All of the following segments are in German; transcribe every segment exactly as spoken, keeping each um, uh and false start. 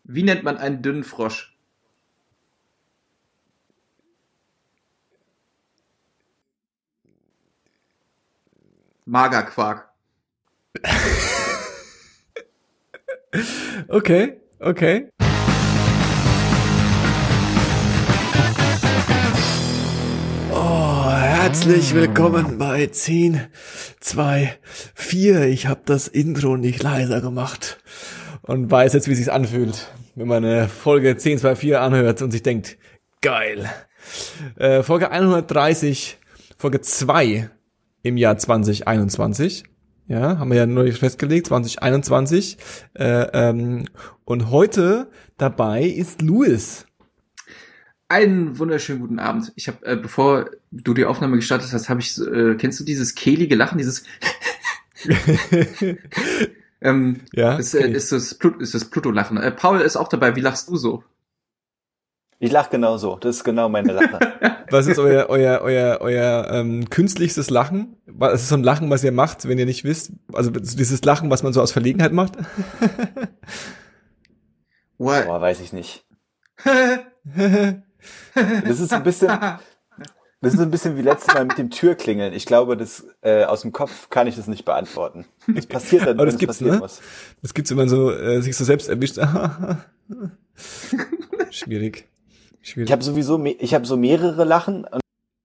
Wie nennt man einen dünnen Frosch? Magerquark. Okay, okay. Oh, herzlich willkommen bei zehn, zwei, vier. Ich habe das Intro nicht leiser gemacht und weiß jetzt, wie es sich anfühlt, wenn man eine Folge zehn, zwei, vier anhört und sich denkt, geil. Äh, Folge hundertdreißig, Folge zwei im Jahr zwanzig einundzwanzig. Ja, haben wir ja neu festgelegt, zwanzig einundzwanzig. Äh, ähm, und heute dabei ist Louis. Einen wunderschönen guten Abend. Ich habe, äh, bevor du die Aufnahme gestartet hast, habe ich, äh, kennst du dieses kehlige Lachen, dieses ähm, ja, ist, äh, ist das, Plut- ist das Pluto-Lachen. Äh, Paul ist auch dabei. Wie lachst du so? Ich lache genau so. Das ist genau meine Lache. Was ist euer euer euer euer ähm, künstlichstes Lachen? Was ist so ein Lachen, was ihr macht, wenn ihr nicht wisst? Also dieses Lachen, was man so aus Verlegenheit macht? What? Boah, weiß ich nicht. Das ist ein bisschen, das ist ein bisschen wie letztes Mal mit dem Türklingeln. Ich glaube, das äh, aus dem Kopf kann ich das nicht beantworten. Das passiert dann, aber das wenn es gibt's, passieren ne? muss. Das gibt's, wenn man so äh, sich so selbst erwischt. Schwierig. Schwierig. Ich habe sowieso, me- ich habe so mehrere Lachen und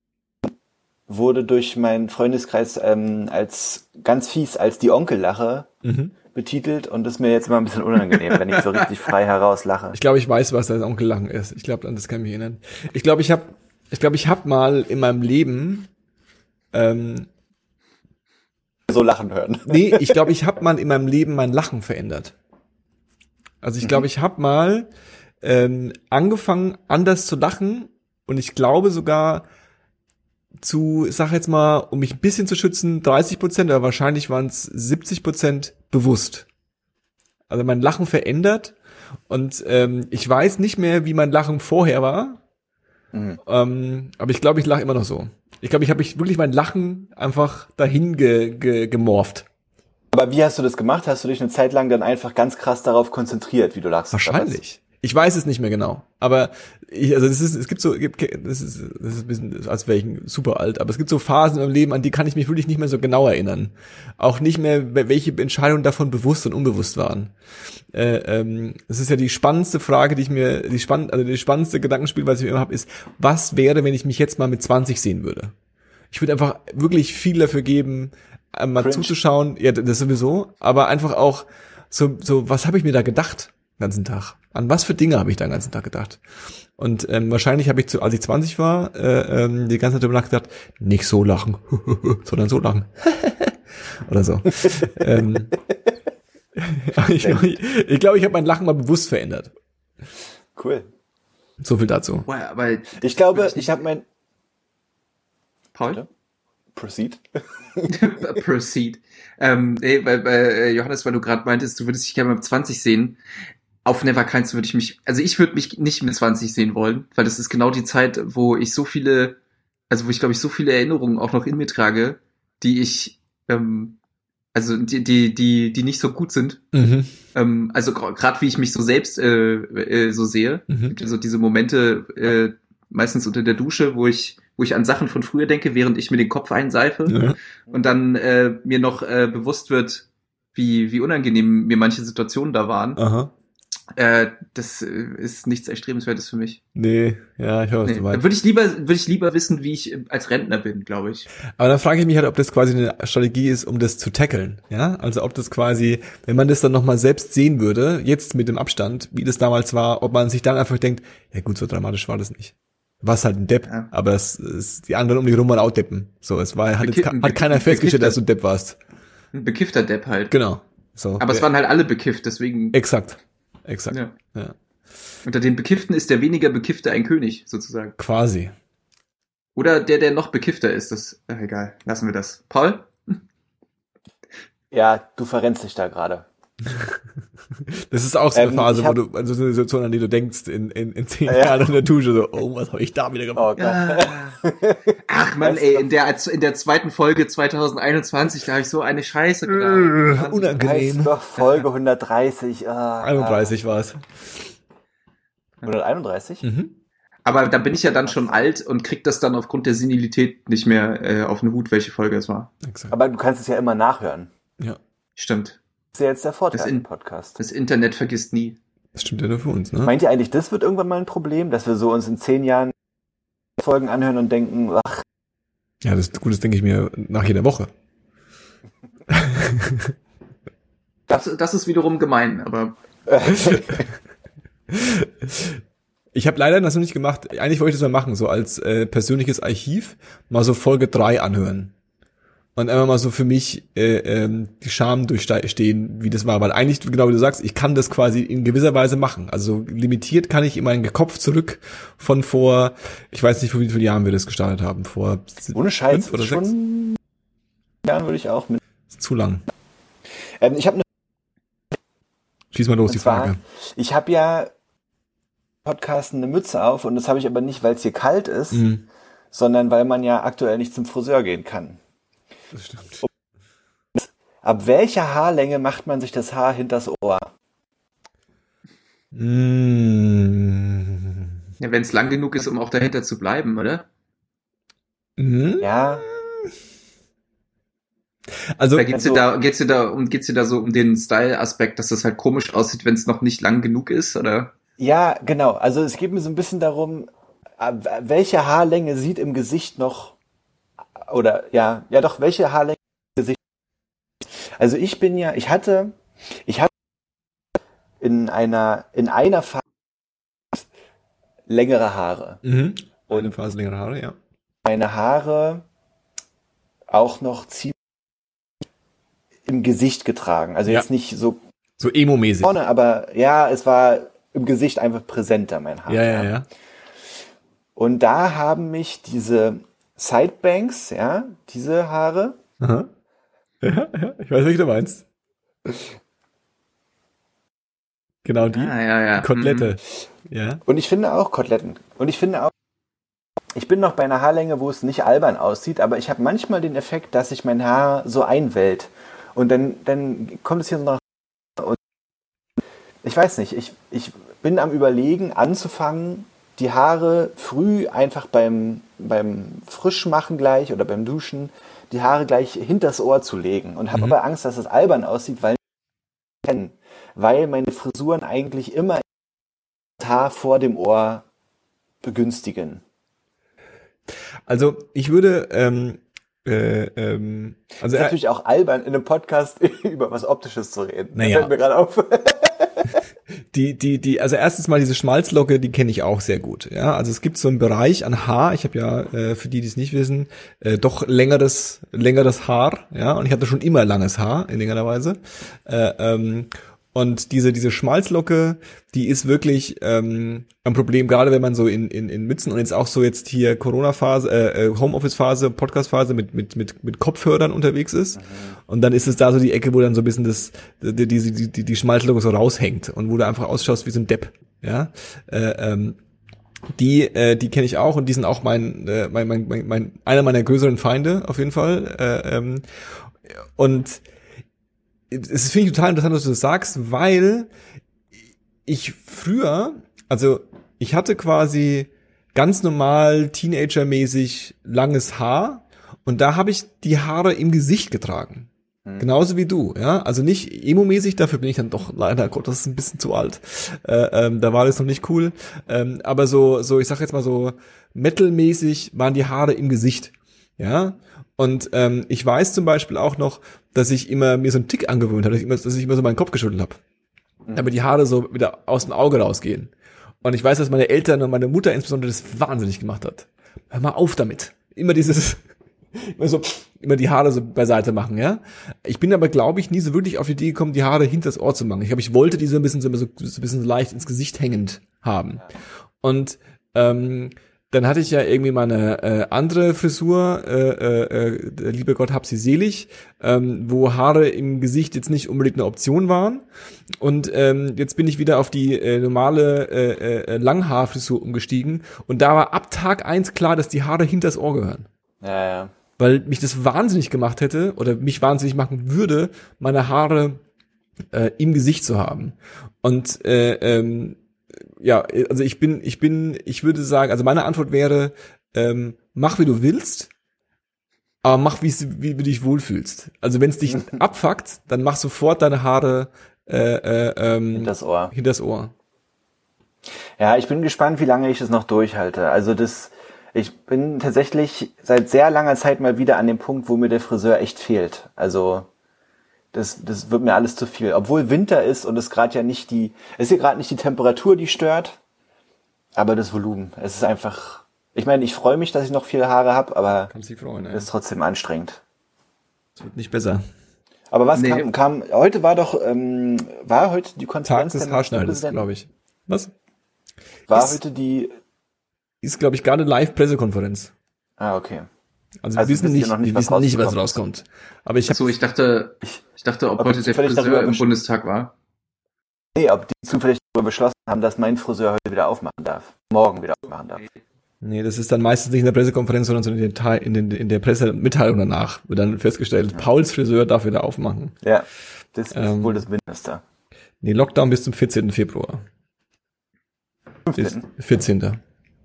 wurde durch meinen Freundeskreis ähm, als ganz fies als die Onkellache Mhm. betitelt und das ist mir jetzt immer ein bisschen unangenehm, wenn ich so richtig frei heraus lache. Ich glaube, ich weiß, was das Onkellachen ist. Ich glaube, an das kann ich mich erinnern. Ich glaube, ich habe, ich glaube, ich habe mal in meinem Leben, ähm, So lachen hören. nee, ich glaube, ich habe mal in meinem Leben mein Lachen verändert. Also ich glaube, ich habe mal ähm, angefangen, anders zu lachen und ich glaube sogar zu, ich sag jetzt mal, um mich ein bisschen zu schützen, dreißig Prozent, aber wahrscheinlich waren es siebzig Prozent bewusst. Also mein Lachen verändert und ähm, ich weiß nicht mehr, wie mein Lachen vorher war, Mhm. ähm, aber ich glaube, ich lache immer noch so. Ich glaube, ich habe mich wirklich mein Lachen einfach dahin ge, ge, gemorpht. Aber wie hast du das gemacht? Hast du dich eine Zeit lang dann einfach ganz krass darauf konzentriert, wie du lachst? oder was? Wahrscheinlich. Ich weiß es nicht mehr genau. Aber ich, also das ist, es gibt so, gibt, das ist, das ist ein bisschen, als wäre ich super alt, aber es gibt so Phasen im Leben, an die kann ich mich wirklich nicht mehr so genau erinnern. Auch nicht mehr, welche Entscheidungen davon bewusst und unbewusst waren. Äh, ähm, das ist ja die spannendste Frage, die ich mir, die spannend, also die spannendste Gedankenspiel, was ich immer habe, ist, was wäre, wenn ich mich jetzt mal mit zwanzig sehen würde? Ich würde einfach wirklich viel dafür geben, äh, mal Cringe. zuzuschauen, ja, das sowieso, aber einfach auch so, so, was habe ich mir da gedacht den ganzen Tag? An was für Dinge habe ich da den ganzen Tag gedacht? Und ähm, wahrscheinlich habe ich, zu, als ich zwanzig war, äh, ähm, die ganze Zeit darüber nachgedacht, nicht so lachen, sondern so lachen. Oder so. ähm, ich glaube, ich, ich, glaub, ich habe mein Lachen mal bewusst verändert. Cool. So viel dazu. Boah, aber Ich glaube, ich habe mein... Paul? Proceed. Proceed. Ähm, nee, weil, weil, äh, Johannes, weil du gerade meintest, du würdest dich gerne mit zwanzig sehen. Auf Neverkinds würde ich mich, also ich würde mich nicht mit zwanzig sehen wollen, weil das ist genau die Zeit, wo ich so viele, also wo ich glaube ich so viele Erinnerungen auch noch in mir trage, die ich, ähm, also die, die, die, die nicht so gut sind. Mhm. Ähm, also gerade wie ich mich so selbst äh, äh, so sehe, Mhm. gibt ja so diese Momente, äh, meistens unter der Dusche, wo ich, wo ich an Sachen von früher denke, während ich mir den Kopf einseife Ja. und dann äh, mir noch äh, bewusst wird, wie, wie unangenehm mir manche Situationen da waren. Aha. Äh, das äh, ist nichts Erstrebenswertes für mich. Nee, ja, ich höre, was Nee. du Da meinst. würde ich lieber, würde ich lieber wissen, wie ich äh, als Rentner bin, glaube ich. Aber dann frage ich mich halt, ob das quasi eine Strategie ist, um das zu tackeln, ja? Also ob das quasi, wenn man das dann nochmal selbst sehen würde, jetzt mit dem Abstand, wie das damals war, ob man sich dann einfach denkt, ja gut, so dramatisch war das nicht. War es halt ein Depp, Ja. aber es, es, die anderen um dich rum waren auch Deppen. So, es war, hat, jetzt, Bekifft- hat keiner bekifft- festgestellt, bekifft- dass du Depp warst. Ein bekiffter Depp halt. Genau. So. Aber es waren halt alle bekifft, deswegen. Exakt. Exakt. Ja. Ja. Unter den Bekifften ist der weniger Bekiffte ein König, sozusagen. Quasi. Oder der, der noch bekiffter ist. Das, ach, egal. Lassen wir das. Paul? Ja, du verrennst dich da gerade. Das ist auch so eine Ähm, Phase, ich wo hab- du, also so eine Situation, an die du denkst, in, in, in zehn Ja. Jahren in der Dusche, so, oh, was habe ich da wieder gemacht? Oh Gott. Ach man, Weißt du ey, noch- in der, in der zweiten Folge zwanzig einundzwanzig, da habe ich so eine Scheiße Äh, gedacht. Weißt unangenehm. du noch, Folge hundertdreißig. Ah, einunddreißig war es. ah, hunderteinunddreißig? Mhm. Aber da bin ich ja dann schon alt und krieg das dann aufgrund der Senilität nicht mehr äh, auf den Hut, welche Folge es war. Exakt. Aber du kannst es ja immer nachhören. Ja, Stimmt. Das ist ja jetzt der Vorteil Das im in- Podcast. Das Internet vergisst nie. das stimmt ja nur für uns, ne? Meint ihr eigentlich, das wird irgendwann mal ein Problem, dass wir so uns in zehn Jahren Folgen anhören und denken, ach, Ja, das, gut, das denke ich mir nach jeder Woche. Das, das ist wiederum gemein, aber Ich habe leider das noch nicht gemacht. Eigentlich wollte ich das mal machen, so als äh, persönliches Archiv, mal so Folge drei anhören. Und einfach mal so für mich äh, ähm, die Scham durchstehen, wie das war. Weil eigentlich, genau wie du sagst, ich kann das quasi in gewisser Weise machen. Also limitiert kann ich in meinen Kopf zurück von vor, ich weiß nicht, vor wie vielen Jahren wir das gestartet haben. Vor ohne Scheiß, fünf oder sechs? schon Jahren würde ich auch mit. Ist zu lang. Ähm, ich habe eine Schieß mal los, Und die zwar, Frage. ich habe ja Podcasten eine Mütze auf und das habe ich aber nicht, weil es hier kalt ist, Mhm, sondern weil man ja aktuell nicht zum Friseur gehen kann. das stimmt. Ab welcher Haarlänge macht man sich das Haar hinters Ohr? Mhm. ja, wenn es lang genug ist, um auch dahinter zu bleiben, oder? Mhm. Ja, Also, Da geht's dir Also- da, geht's dir da um, geht's dir da so um den Style-Aspekt, dass das halt komisch aussieht, wenn es noch nicht lang genug ist, oder? ja, genau. Also es geht mir so ein bisschen darum, ab welche Haarlänge sieht im Gesicht noch, oder ja, ja doch, welche Haarlänge im Gesicht. Also ich bin ja, ich hatte, ich hatte in einer, in einer Phase längere Haare. mhm. Und Eine Phase längere Haare, ja. meine Haare auch noch ziemlich im Gesicht getragen. Also Ja. jetzt nicht so So emo-mäßig. vorne, aber ja, es war im Gesicht einfach präsenter, mein Haar. Ja, ja, ja. Und da haben mich diese Sidebanks, ja, diese Haare, Aha. Ja, ja, ich weiß, welche du meinst. Genau die. Ah, ja, ja. Die Kotelette. Mhm. Ja. und ich finde auch Koteletten. Und ich finde auch, ich bin noch bei einer Haarlänge, wo es nicht albern aussieht, aber ich habe manchmal den Effekt, dass sich mein Haar so einwellt. Und dann, dann kommt es hier so nach. Und ich weiß nicht, ich, ich bin am Überlegen, anzufangen, die Haare früh einfach beim, beim Frischmachen gleich oder beim Duschen, die Haare gleich hinters Ohr zu legen. Und habe Mhm. aber Angst, dass es albern aussieht, weil, weil meine Frisuren eigentlich immer das Haar vor dem Ohr begünstigen. Also ich würde, ähm, äh, ähm, also Das ist äh, natürlich auch albern, in einem Podcast über was Optisches zu reden. Naja. Das fällt mir gerade auf. die, die, die, also erstens mal diese Schmalzlocke, die kenne ich auch sehr gut. Ja, also es gibt so einen Bereich an Haar. Ich habe ja äh, für die, die es nicht wissen, äh, doch längeres, längeres Haar. Ja, und ich hatte schon immer langes Haar in irgendeiner Weise. Äh, ähm, Und diese diese Schmalzlocke, die ist wirklich ähm, ein Problem, gerade wenn man so in in in Mützen und jetzt auch so jetzt hier Corona-Phase, äh, Homeoffice-Phase, Podcast-Phase mit mit mit mit Kopfhörern unterwegs ist. Mhm. Und dann ist es da so die Ecke, wo dann so ein bisschen das die die die die, die Schmalzlocke so raushängt und wo du einfach ausschaust wie so ein Depp, ja. Äh, ähm, die äh, die kenne ich auch und die sind auch mein äh, mein, mein mein mein einer meiner größeren Feinde auf jeden Fall. Äh, ähm, und es finde ich total interessant, dass du das sagst, weil ich früher, also ich hatte quasi ganz normal Teenager-mäßig langes Haar und da habe ich die Haare im Gesicht getragen. Hm. Genauso wie du, ja. Also nicht emo-mäßig, dafür bin ich dann doch leider Gottes ein bisschen zu alt. Äh, ähm, da war das noch nicht cool. Ähm, aber so, so, ich sag jetzt mal so, Metal-mäßig waren die Haare im Gesicht. Ja. Und ähm, ich weiß zum Beispiel auch noch, dass ich immer mir so einen Tick angewöhnt habe, dass ich immer, dass ich immer so meinen Kopf geschüttelt habe, mhm. damit die Haare so wieder aus dem Auge rausgehen. Und ich weiß, dass meine Eltern und meine Mutter insbesondere das wahnsinnig gemacht hat. Hör mal auf damit. Immer dieses, immer so, immer die Haare so beiseite machen, ja. Ich bin aber, glaube ich, nie so wirklich auf die Idee gekommen, die Haare hinter das Ohr zu machen. Ich glaube, ich wollte die so ein bisschen so, so, so ein bisschen leicht ins Gesicht hängend haben. Und ähm, dann hatte ich ja irgendwie meine äh, andere Frisur, äh, äh, der liebe Gott hab sie selig, ähm, wo Haare im Gesicht jetzt nicht unbedingt eine Option waren. Und ähm, jetzt bin ich wieder auf die äh, normale äh, äh, Langhaarfrisur umgestiegen. Und da war ab Tag eins klar, dass die Haare hinters Ohr gehören. Ja, ja. Weil mich das wahnsinnig gemacht hätte oder mich wahnsinnig machen würde, meine Haare äh, im Gesicht zu haben. Und äh, ähm, ja, also ich bin, ich bin, ich würde sagen, also meine Antwort wäre, ähm, mach wie du willst, aber mach, wie wie du dich wohlfühlst. Also wenn es dich abfuckt, dann mach sofort deine Haare äh, äh, ähm, Hinters Ohr. hinters Ohr. Ja, ich bin gespannt, wie lange ich das noch durchhalte. Also das, ich bin tatsächlich seit sehr langer Zeit mal wieder an dem Punkt, wo mir der Friseur echt fehlt. Also Das, das wird mir alles zu viel. Obwohl Winter ist und es gerade ja nicht die, es ist ja gerade nicht die Temperatur, die stört, aber das Volumen. Es ist einfach, ich meine, ich freue mich, dass ich noch viel Haare habe, aber Kannst dich freuen, ey. es ist trotzdem anstrengend. Es wird nicht besser. Aber was Nee. kam, kam, heute war doch, ähm, war heute die Tag Konferenz des der Haarschneiders, Ministerpräsidenten? glaube ich. Was? War Ist- heute die, Ist, glaube ich, gerade eine Live-Pressekonferenz. ah, okay. Also, Also wir wissen wisst ihr nicht, noch nicht, wir was wissen nicht, was rausgekommen ist? rauskommt. Aber ich habe So, ich dachte, ich dachte, ob Ob heute ich der zufällig Friseur darüber im besch- Bundestag war. Nee, ob die zufällig darüber beschlossen haben, dass mein Friseur heute wieder aufmachen darf. Morgen wieder aufmachen darf. Nee, das ist dann meistens nicht in der Pressekonferenz, sondern so in, den Teil, in, den, in der Pressemitteilung danach wird dann festgestellt, Pauls Friseur darf wieder aufmachen. Ja, das ist Ähm, wohl das Mindeste. Nee, Lockdown bis zum vierzehnten Februar. Bis fünfzehnten vierzehnten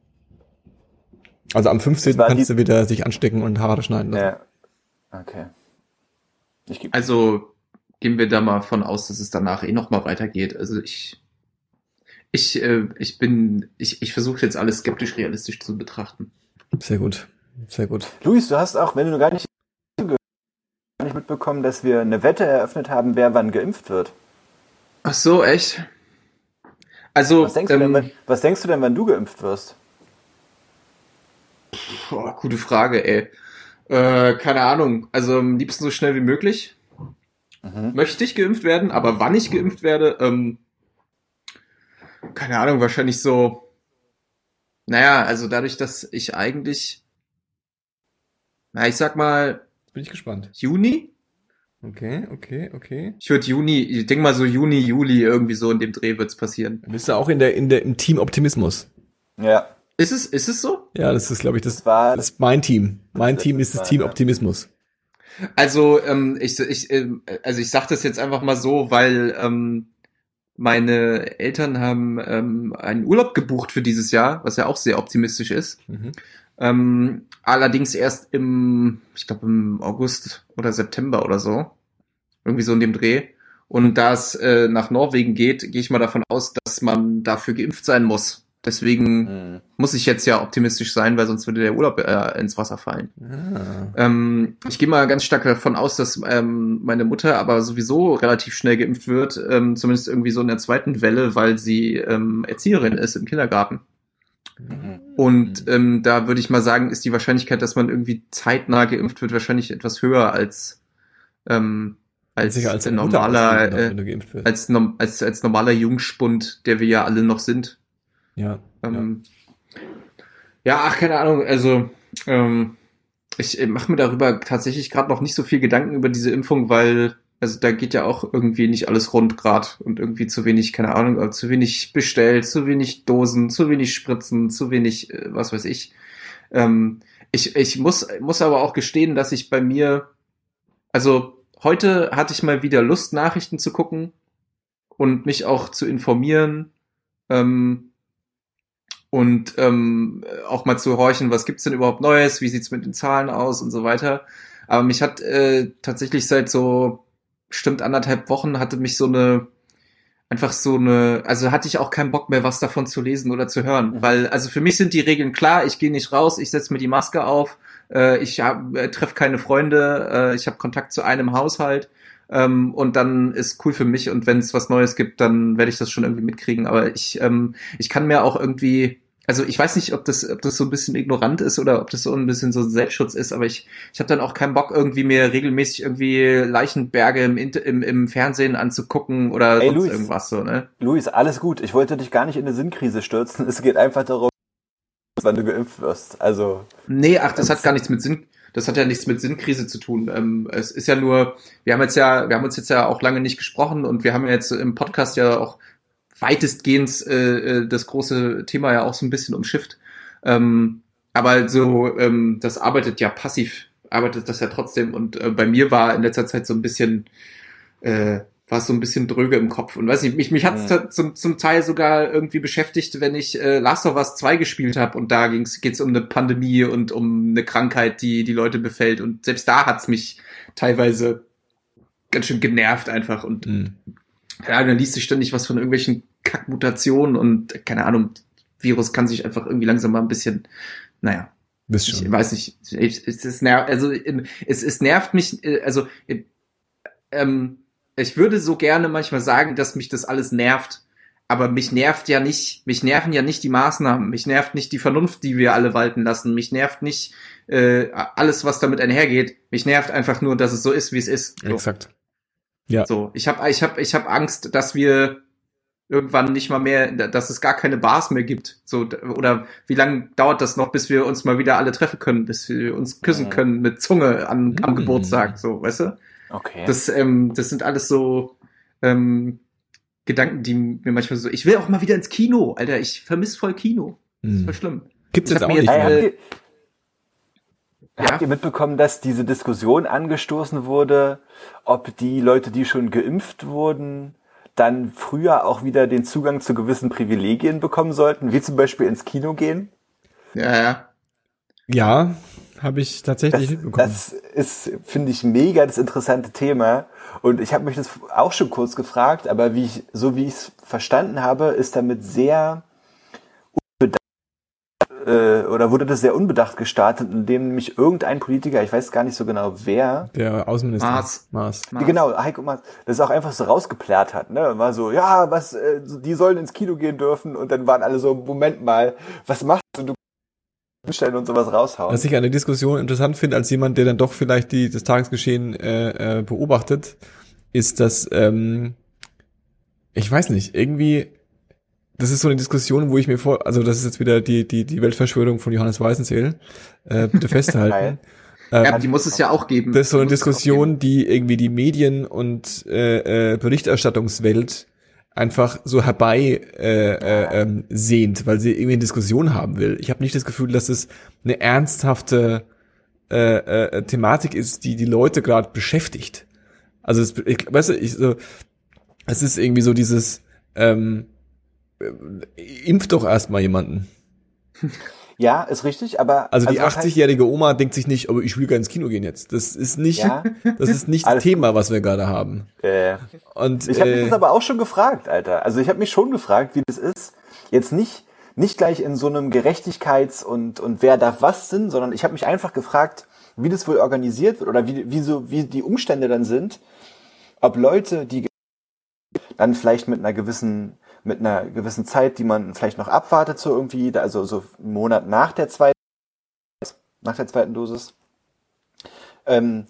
Also am fünfzehnten Das war kannst die- du wieder sich anstecken und Haare schneiden lassen. Ja. Okay. Ich gebe Also gehen wir da mal von aus, dass es danach eh noch mal weitergeht. Also ich, ich, äh, ich bin, ich, ich versuche jetzt alles skeptisch realistisch zu betrachten. Sehr gut, sehr gut. Luis, du hast auch, wenn du gar nicht, gar nicht mitbekommen, dass wir eine Wette eröffnet haben, wer wann geimpft wird. Ach so, echt? Also, Was denkst, ähm, du, denn, wann- was denkst du denn, wann du geimpft wirst? boah, gute Frage, ey. Äh, keine Ahnung. Also am liebsten so schnell wie möglich. Mhm. Möchte ich geimpft werden, aber wann ich geimpft werde, ähm, keine Ahnung, wahrscheinlich so. Naja, also dadurch, dass ich eigentlich, na, ich sag mal, Bin ich gespannt. Juni? Okay, okay, okay. Ich würde Juni, ich denke mal so Juni, Juli, irgendwie so in dem Dreh wird's passieren. Bist du auch in der, in der, im Team Optimismus? Ja, Ist es, ist es so? Ja, das ist, glaube ich, das, das war, das ist mein Team. Mein Das Team ist ist das wahr, Team ja. Optimismus. Also, ähm, ich, ich, ähm, also ich sag das jetzt einfach mal so, weil ähm, meine Eltern haben ähm, einen Urlaub gebucht für dieses Jahr, was ja auch sehr optimistisch ist. Mhm. Ähm, allerdings erst im, ich glaube im August oder September oder so. Irgendwie so in dem Dreh. Und da es äh, nach Norwegen geht, gehe ich mal davon aus, dass man dafür geimpft sein muss. Deswegen Hm. muss ich jetzt ja optimistisch sein, weil sonst würde der Urlaub äh, ins Wasser fallen. Ah. Ähm, ich gehe mal ganz stark davon aus, dass ähm, meine Mutter aber sowieso relativ schnell geimpft wird, ähm, zumindest irgendwie so in der zweiten Welle, weil sie ähm, Erzieherin ist im Kindergarten. Mhm. Und ähm, da würde ich mal sagen, ist die Wahrscheinlichkeit, dass man irgendwie zeitnah geimpft wird, wahrscheinlich etwas höher als ähm, als, Sicher als ein deine Mutter normaler ausgeben darf, äh, wenn du geimpft wirst. als, norm- als als normaler Jungspund, der wir ja alle noch sind. Ja. Ähm, ja. ach, keine Ahnung, also ähm, ich mache mir darüber tatsächlich gerade noch nicht so viel Gedanken über diese Impfung, weil also da geht ja auch irgendwie nicht alles rund grad und irgendwie zu wenig, keine Ahnung, aber zu wenig bestellt, zu wenig Dosen, zu wenig Spritzen, zu wenig, äh, was weiß ich. Ähm, ich ich muss muss aber auch gestehen, dass ich bei mir, also heute hatte ich mal wieder Lust, Nachrichten zu gucken und mich auch zu informieren. Ähm, und ähm, auch mal zu horchen, was gibt's denn überhaupt Neues, wie sieht's mit den Zahlen aus und so weiter. Aber mich hat äh, tatsächlich seit so bestimmt anderthalb Wochen hatte mich so eine einfach so eine, also hatte ich auch keinen Bock mehr, was davon zu lesen oder zu hören, Mhm. weil also für mich sind die Regeln klar, ich gehe nicht raus, ich setze mir die Maske auf, äh, ich hab, äh, treffe keine Freunde, äh, ich habe Kontakt zu einem Haushalt ähm, und dann ist cool für mich und wenn es was Neues gibt, dann werde ich das schon irgendwie mitkriegen, aber ich ähm, ich kann mir auch irgendwie, also ich weiß nicht, ob das ob das so ein bisschen ignorant ist oder ob das so ein bisschen so Selbstschutz ist, aber ich ich habe dann auch keinen Bock irgendwie mir regelmäßig irgendwie Leichenberge im Inter- im, im Fernsehen anzugucken oder Ey, sonst Luis. irgendwas so, ne? Luis, alles gut. Ich wollte dich gar nicht in eine Sinnkrise stürzen. Es geht einfach darum, wann du geimpft wirst. Also. Nee, ach, das hat gar nichts mit Sinn, das hat ja nichts mit Sinnkrise zu tun. Ähm, es ist ja nur, wir haben jetzt ja, wir haben uns jetzt ja auch lange nicht gesprochen und wir haben ja jetzt im Podcast ja auch weitestgehend äh, das große Thema ja auch so ein bisschen umschifft. Ähm, aber so, ähm, das arbeitet ja passiv, arbeitet das ja trotzdem. Und äh, bei mir war in letzter Zeit so ein bisschen, äh, war es so ein bisschen dröge im Kopf. Und weiß nicht, mich, mich hat es mhm. zum, zum Teil sogar irgendwie beschäftigt, wenn ich äh, Last of Us zwei gespielt habe und da ging's, geht's um eine Pandemie und um eine Krankheit, die die Leute befällt. Und selbst da hat's mich teilweise ganz schön genervt einfach. Und mhm. ja, dann liest sich ständig was von irgendwelchen Kackmutationen und keine Ahnung, Virus kann sich einfach irgendwie langsam mal ein bisschen, naja, ich weiß nicht, es, es nervt, also es, es nervt mich, also ähm, ich würde so gerne manchmal sagen, dass mich das alles nervt, aber mich nervt ja nicht, mich nerven ja nicht die Maßnahmen, mich nervt nicht die Vernunft, die wir alle walten lassen, mich nervt nicht äh, alles, was damit einhergeht, mich nervt einfach nur, dass es so ist, wie es ist. So. Exakt. Ja. So, ich habe ich hab, ich hab Angst, dass wir irgendwann nicht mal mehr, dass es gar keine Bars mehr gibt. So, oder wie lange dauert das noch, bis wir uns mal wieder alle treffen können, bis wir uns küssen mhm. können mit Zunge an, am mhm. Geburtstag, so, weißt du? Okay. Das, ähm, das sind alles so ähm, Gedanken, die mir manchmal so, ich will auch mal wieder ins Kino, Alter, ich vermisse voll Kino. Das ist voll schlimm. Gibt es auch jetzt, nicht äh, mehr. Habt ihr, ja? habt ihr mitbekommen, dass diese Diskussion angestoßen wurde, ob die Leute, die schon geimpft wurden, dann früher auch wieder den Zugang zu gewissen Privilegien bekommen sollten, wie zum Beispiel ins Kino gehen? Ja, ja. Ja, habe ich tatsächlich das, mitbekommen. Das ist, finde ich, mega das interessante Thema. Und ich habe mich das auch schon kurz gefragt, aber wie ich, so wie ich es verstanden habe, ist damit sehr unbedacht, äh, oder wurde das sehr unbedacht gestartet, indem nämlich irgendein Politiker, ich weiß gar nicht so genau wer. Der Außenminister. Maas. Maas. Maas. Genau, Heiko Maas. Das auch einfach so rausgeplärt hat, ne? War so, ja, was, äh, die sollen ins Kino gehen dürfen. Und dann waren alle so, Moment mal, was machst du? Du hinstellen und sowas raushauen. Was ich an der Diskussion interessant finde, als jemand, der dann doch vielleicht die, das Tagesgeschehen äh, äh, beobachtet, ist, dass, ähm, ich weiß nicht, irgendwie, das ist so eine Diskussion, wo ich mir vor, also das ist jetzt wieder die die die Weltverschwörung von Johannes Weißenzierl, äh, bitte festhalten. ähm, ja, die muss es ja auch geben. Das ist so eine Diskussion, die irgendwie die Medien- und äh, äh, Berichterstattungswelt einfach so herbei äh, äh, ähm, sehnt, weil sie irgendwie eine Diskussion haben will. Ich habe nicht das Gefühl, dass es eine ernsthafte äh, äh, Thematik ist, die die Leute gerade beschäftigt. Also es, ich, weißt du, ich, so, es ist irgendwie so dieses ähm, impf doch erstmal jemanden. Ja, ist richtig, aber also die also achtzigjährige Oma denkt sich nicht, aber ich will gar ins Kino gehen jetzt. Das ist nicht, ja? das ist nicht das Thema, was wir gerade haben. Äh, Und ich habe äh, mich das aber auch schon gefragt, Alter. Also ich habe mich schon gefragt, wie das ist. Jetzt nicht nicht gleich in so einem Gerechtigkeits- und und wer darf was Sinn, sondern ich habe mich einfach gefragt, wie das wohl organisiert wird oder wie wie so wie die Umstände dann sind, ob Leute, die dann vielleicht mit einer gewissen mit einer gewissen Zeit, die man vielleicht noch abwartet, so irgendwie, also so einen Monat nach der zweiten, nach der zweiten Dosis, ähm,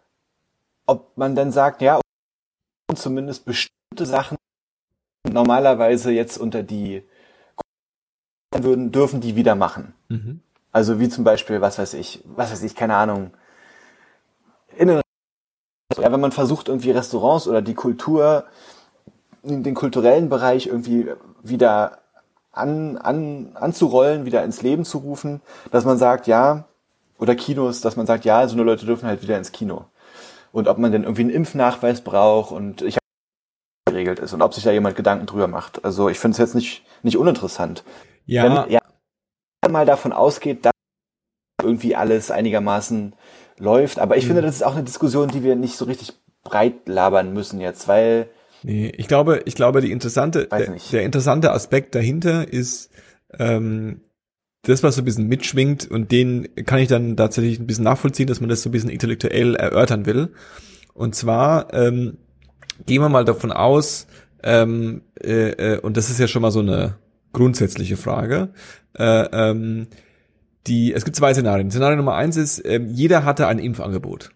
ob man dann sagt, ja, zumindest bestimmte Sachen normalerweise jetzt unter die würden, dürfen die wieder machen. Mhm. Also wie zum Beispiel, was weiß ich, was weiß ich, keine Ahnung, Innen- ja, wenn man versucht, irgendwie Restaurants oder die Kultur, den kulturellen Bereich irgendwie wieder an, an, anzurollen, wieder ins Leben zu rufen, dass man sagt, ja, oder Kinos, dass man sagt, ja, so eine Leute dürfen halt wieder ins Kino. Und ob man denn irgendwie einen Impfnachweis braucht und ich habe geregelt ist und ob sich da jemand Gedanken drüber macht. Also ich finde es jetzt nicht, nicht uninteressant. Ja. Wenn ja mal davon ausgeht, dass irgendwie alles einigermaßen läuft, aber ich mhm. finde, das ist auch eine Diskussion, die wir nicht so richtig breit labern müssen jetzt, weil Nee, ich glaube, ich glaube, die interessante, der, der interessante Aspekt dahinter ist, ähm, das, was so ein bisschen mitschwingt, und den kann ich dann tatsächlich ein bisschen nachvollziehen, dass man das so ein bisschen intellektuell erörtern will. Und zwar, ähm, gehen wir mal davon aus, ähm, äh, äh, und das ist ja schon mal so eine grundsätzliche Frage, äh, ähm, die, es gibt zwei Szenarien. Szenario Nummer eins ist, ähm, jeder hatte ein Impfangebot.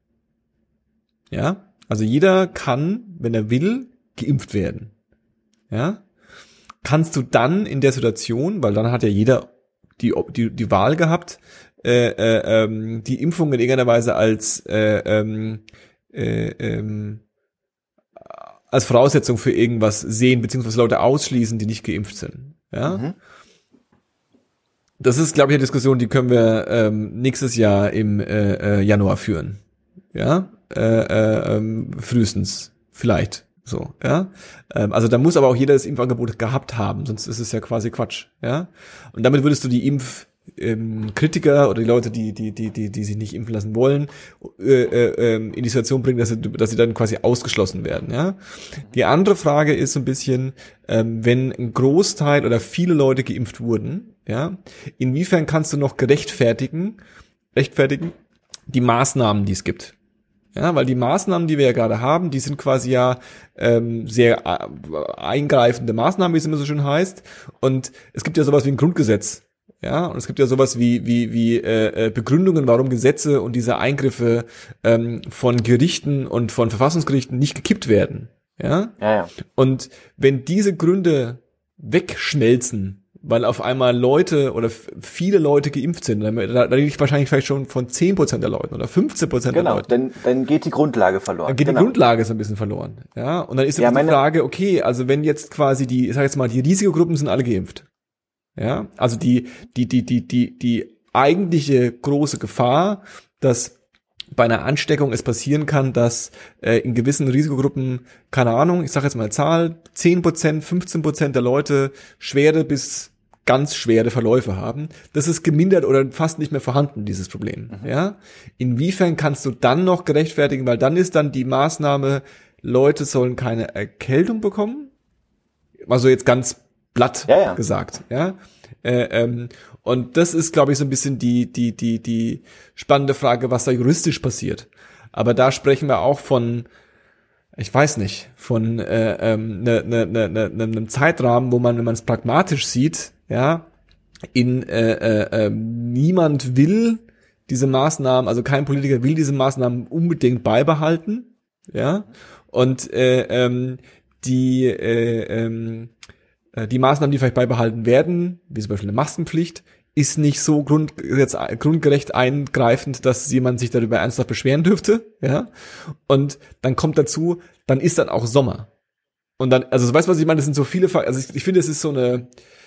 Ja? Also jeder kann, wenn er will, geimpft werden. Ja? Kannst du dann in der Situation, weil dann hat ja jeder die, die, die Wahl gehabt, äh, äh, ähm, die Impfung in irgendeiner Weise als, äh, ähm, äh, ähm, als Voraussetzung für irgendwas sehen, beziehungsweise Leute ausschließen, die nicht geimpft sind. Ja. Mhm. Das ist, glaube ich, eine Diskussion, die können wir ähm, nächstes Jahr im äh, äh, Januar führen. Ja, äh, äh, ähm, frühestens, vielleicht. So, ja. Ähm, also da muss aber auch jeder das Impfangebot gehabt haben, sonst ist es ja quasi Quatsch. Ja. Und damit würdest du die Impf ähm, Kritiker oder die Leute, die die die die die sich nicht impfen lassen wollen, äh, äh, in die Situation bringen, dass sie, dass sie dann quasi ausgeschlossen werden. Ja. Die andere Frage ist so ein bisschen, ähm, wenn ein Großteil oder viele Leute geimpft wurden, ja, inwiefern kannst du noch gerechtfertigen, rechtfertigen die Maßnahmen, die es gibt? Ja, weil die Maßnahmen, die wir ja gerade haben, die sind quasi ja ähm, sehr äh, eingreifende Maßnahmen, wie es immer so schön heißt. Und es gibt ja sowas wie ein Grundgesetz. Ja, und es gibt ja sowas wie wie wie äh, Begründungen, warum Gesetze und diese Eingriffe ähm, von Gerichten und von Verfassungsgerichten nicht gekippt werden. Ja? Ja, ja. Und wenn diese Gründe wegschmelzen, weil auf einmal Leute oder f- viele Leute geimpft sind, dann, da, da rede ich wahrscheinlich vielleicht schon von zehn Prozent der Leuten oder fünfzehn Prozent genau, der Leute. Genau, dann, dann geht die Grundlage verloren. Dann geht genau. die Grundlage so ein bisschen verloren. Ja, und dann ist ja, die meine... Frage, okay, also wenn jetzt quasi die, ich sag jetzt mal, die Risikogruppen sind alle geimpft. Ja, also die, die, die, die, die, die eigentliche große Gefahr, dass bei einer Ansteckung es passieren kann, dass äh, in gewissen Risikogruppen, keine Ahnung, ich sage jetzt mal Zahl, zehn Prozent, fünfzehn Prozent der Leute schwere bis ganz schwere Verläufe haben. Das ist gemindert oder fast nicht mehr vorhanden, dieses Problem. Mhm. Ja, inwiefern kannst du dann noch gerechtfertigen, weil dann ist dann die Maßnahme, Leute sollen keine Erkältung bekommen. Also jetzt ganz platt ja, ja. gesagt, ja. Äh, ähm, und das ist, glaube ich, so ein bisschen die die die die spannende Frage, was da juristisch passiert. Aber da sprechen wir auch von, ich weiß nicht, von äh, ähm, ne, ne, ne, ne, einem Zeitrahmen, wo man, wenn man es pragmatisch sieht, ja, in äh, äh, niemand will diese Maßnahmen, also kein Politiker will diese Maßnahmen unbedingt beibehalten, ja. Und äh, ähm, die äh, ähm, die Maßnahmen, die vielleicht beibehalten werden, wie zum Beispiel eine Maskenpflicht, ist nicht so grund, jetzt grundgerecht eingreifend, dass jemand sich darüber ernsthaft beschweren dürfte, ja. Und dann kommt dazu, dann ist dann auch Sommer. Und dann, also weißt du, was ich meine? Das sind so viele, also ich, ich finde, es ist so eine,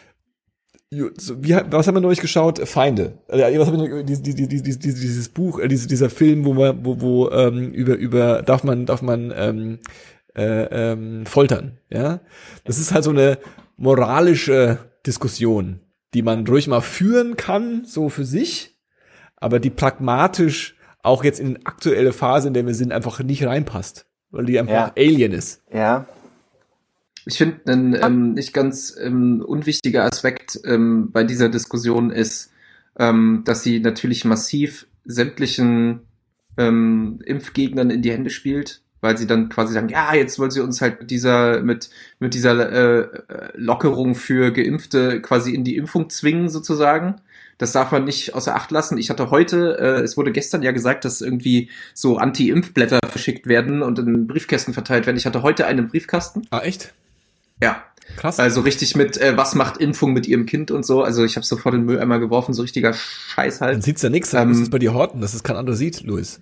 so, wie, was haben wir neulich geschaut? Feinde. Also, was haben wir noch, dieses, dieses, dieses Buch, äh, dieser Film, wo man, wo, wo ähm, über, über, darf man, darf man ähm, äh, ähm, foltern, ja. Das ist halt so eine moralische Diskussion, die man ruhig mal führen kann, so für sich, aber die pragmatisch auch jetzt in die aktuelle Phase, in der wir sind, einfach nicht reinpasst, weil die einfach ja. Alien ist. Ja. Ich finde, ein ähm, nicht ganz ähm, unwichtiger Aspekt ähm, bei dieser Diskussion ist, ähm, dass sie natürlich massiv sämtlichen ähm, Impfgegnern in die Hände spielt, weil sie dann quasi sagen, ja, jetzt wollen sie uns halt mit dieser mit mit dieser äh, Lockerung für Geimpfte quasi in die Impfung zwingen sozusagen. Das darf man nicht außer Acht lassen. Ich hatte heute, äh, es wurde gestern ja gesagt, dass irgendwie so Anti-Impfblätter verschickt werden und in Briefkästen verteilt werden. Ich hatte heute einen Briefkasten. Ah, echt? Ja. Krass. Also richtig mit, äh, was macht Impfung mit ihrem Kind und so. Also ich habe sofort den Mülleimer geworfen, so richtiger Scheiß halt. Dann sieht's ja nichts, dann ähm, muss es bei dir horten, dass es kein anderer sieht, Luis.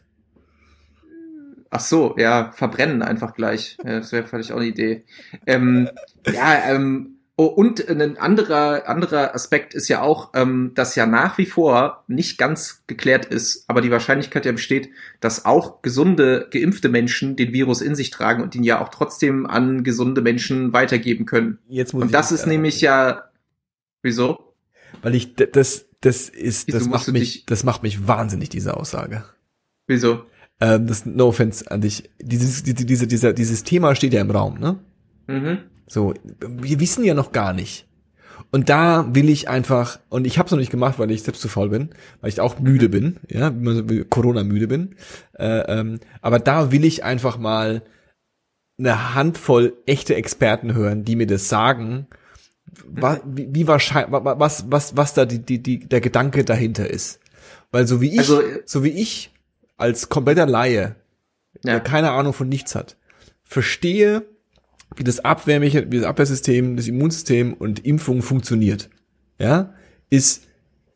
Ach so, ja, verbrennen einfach gleich. Ja, das wäre vielleicht auch eine Idee. Ähm, ja, ähm, oh, und ein anderer anderer Aspekt ist ja auch, ähm, dass ja nach wie vor nicht ganz geklärt ist, aber die Wahrscheinlichkeit ja besteht, dass auch gesunde, geimpfte Menschen den Virus in sich tragen und ihn ja auch trotzdem an gesunde Menschen weitergeben können. Jetzt muss und das ist nämlich ja, wieso? Weil ich, das, das ist, wieso das macht mich, dich, das macht mich wahnsinnig, diese Aussage. Wieso? Ähm, das, no offense an dich. Dieses, diese, diese, dieser, dieses Thema steht ja im Raum, ne? Mhm. So, wir wissen ja noch gar nicht. Und da will ich einfach, und ich habe es noch nicht gemacht, weil ich selbst zu faul bin, weil ich auch müde bin, ja, wie man so Corona müde bin. Äh, ähm, aber da will ich einfach mal eine Handvoll echte Experten hören, die mir das sagen, was, wie, wie wahrscheinlich, was, was, was da die, die, die, der Gedanke dahinter ist. Weil so wie ich, also, so wie ich als kompletter Laie, ja. der keine Ahnung von nichts hat, verstehe, wie das Abwehrmechanismus, wie das Abwehrsystem, das Immunsystem und Impfung funktioniert, ja, ist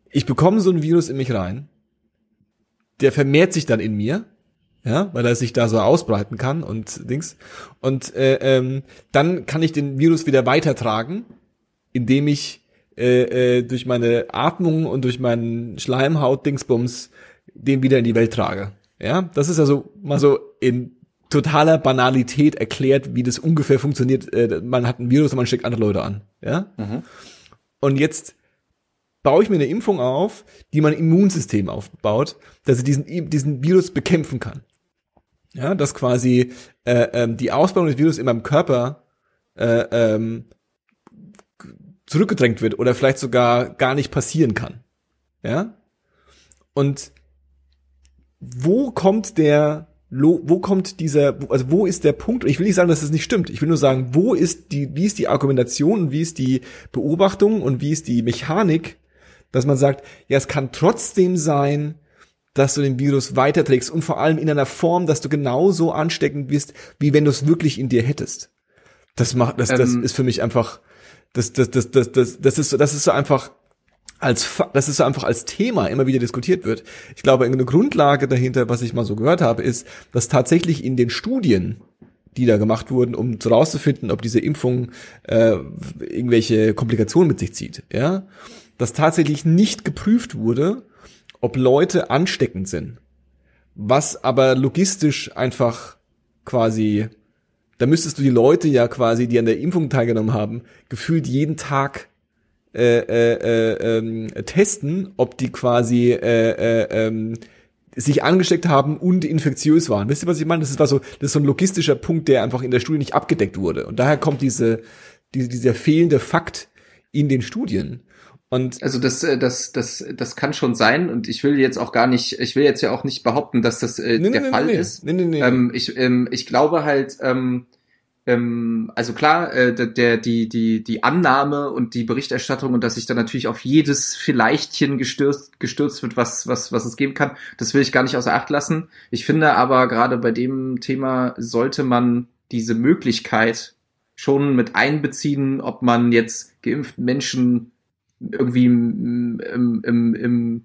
ich bekomme so ein Virus in mich rein, der vermehrt sich dann in mir, ja, weil er sich da so ausbreiten kann und Dings. Und äh, ähm, dann kann ich den Virus wieder weitertragen, indem ich äh, äh, durch meine Atmung und durch meinen Schleimhaut-Dingsbums den wieder in die Welt trage. Ja, das ist also mal so in totaler Banalität erklärt, wie das ungefähr funktioniert. Äh, man hat ein Virus und man steckt andere Leute an. Ja. Mhm. Und jetzt baue ich mir eine Impfung auf, die mein Immunsystem aufbaut, dass ich diesen diesen Virus bekämpfen kann. Ja, dass quasi äh, ähm, die Ausbreitung des Virus in meinem Körper äh, ähm, zurückgedrängt wird oder vielleicht sogar gar nicht passieren kann. Ja. Und wo kommt der wo kommt dieser, also wo ist der Punkt? Ich will nicht sagen, dass das nicht stimmt. Ich will nur sagen, wo ist die, wie ist die Argumentation und wie ist die Beobachtung und wie ist die Mechanik, dass man sagt, ja, es kann trotzdem sein, dass du den Virus weiterträgst und vor allem in einer Form, dass du genauso ansteckend bist, wie wenn du es wirklich in dir hättest. Das macht, das, das ähm. ist für mich einfach, das, das, das, das, das, das ist so, das ist so einfach, als, dass es so einfach als Thema immer wieder diskutiert wird. Ich glaube, eine Grundlage dahinter, was ich mal so gehört habe, ist, dass tatsächlich in den Studien, die da gemacht wurden, um herauszufinden, ob diese Impfung äh, irgendwelche Komplikationen mit sich zieht, ja, dass tatsächlich nicht geprüft wurde, ob Leute ansteckend sind. Was aber logistisch einfach quasi, da müsstest du die Leute ja quasi, die an der Impfung teilgenommen haben, gefühlt jeden Tag Äh, äh, äh, testen, ob die quasi äh, äh, äh, sich angesteckt haben und infektiös waren. Wisst ihr, was ich meine? Das ist, war so, das ist so ein logistischer Punkt, der einfach in der Studie nicht abgedeckt wurde. Und daher kommt diese, diese dieser fehlende Fakt in den Studien. Und also das, das, das, das kann schon sein. Und ich will jetzt auch gar nicht, ich will jetzt ja auch nicht behaupten, dass das äh, nee, der nee, Fall nee, ist. Nee, nee, nee. Ähm, ich, ähm, ich glaube halt. Ähm, Also klar, äh, der die die die Annahme und die Berichterstattung und dass sich dann natürlich auf jedes Vielleichtchen gestürzt gestürzt wird, was was was es geben kann, das will ich gar nicht außer Acht lassen. Ich finde aber gerade bei dem Thema sollte man diese Möglichkeit schon mit einbeziehen, ob man jetzt geimpften Menschen irgendwie im im im, im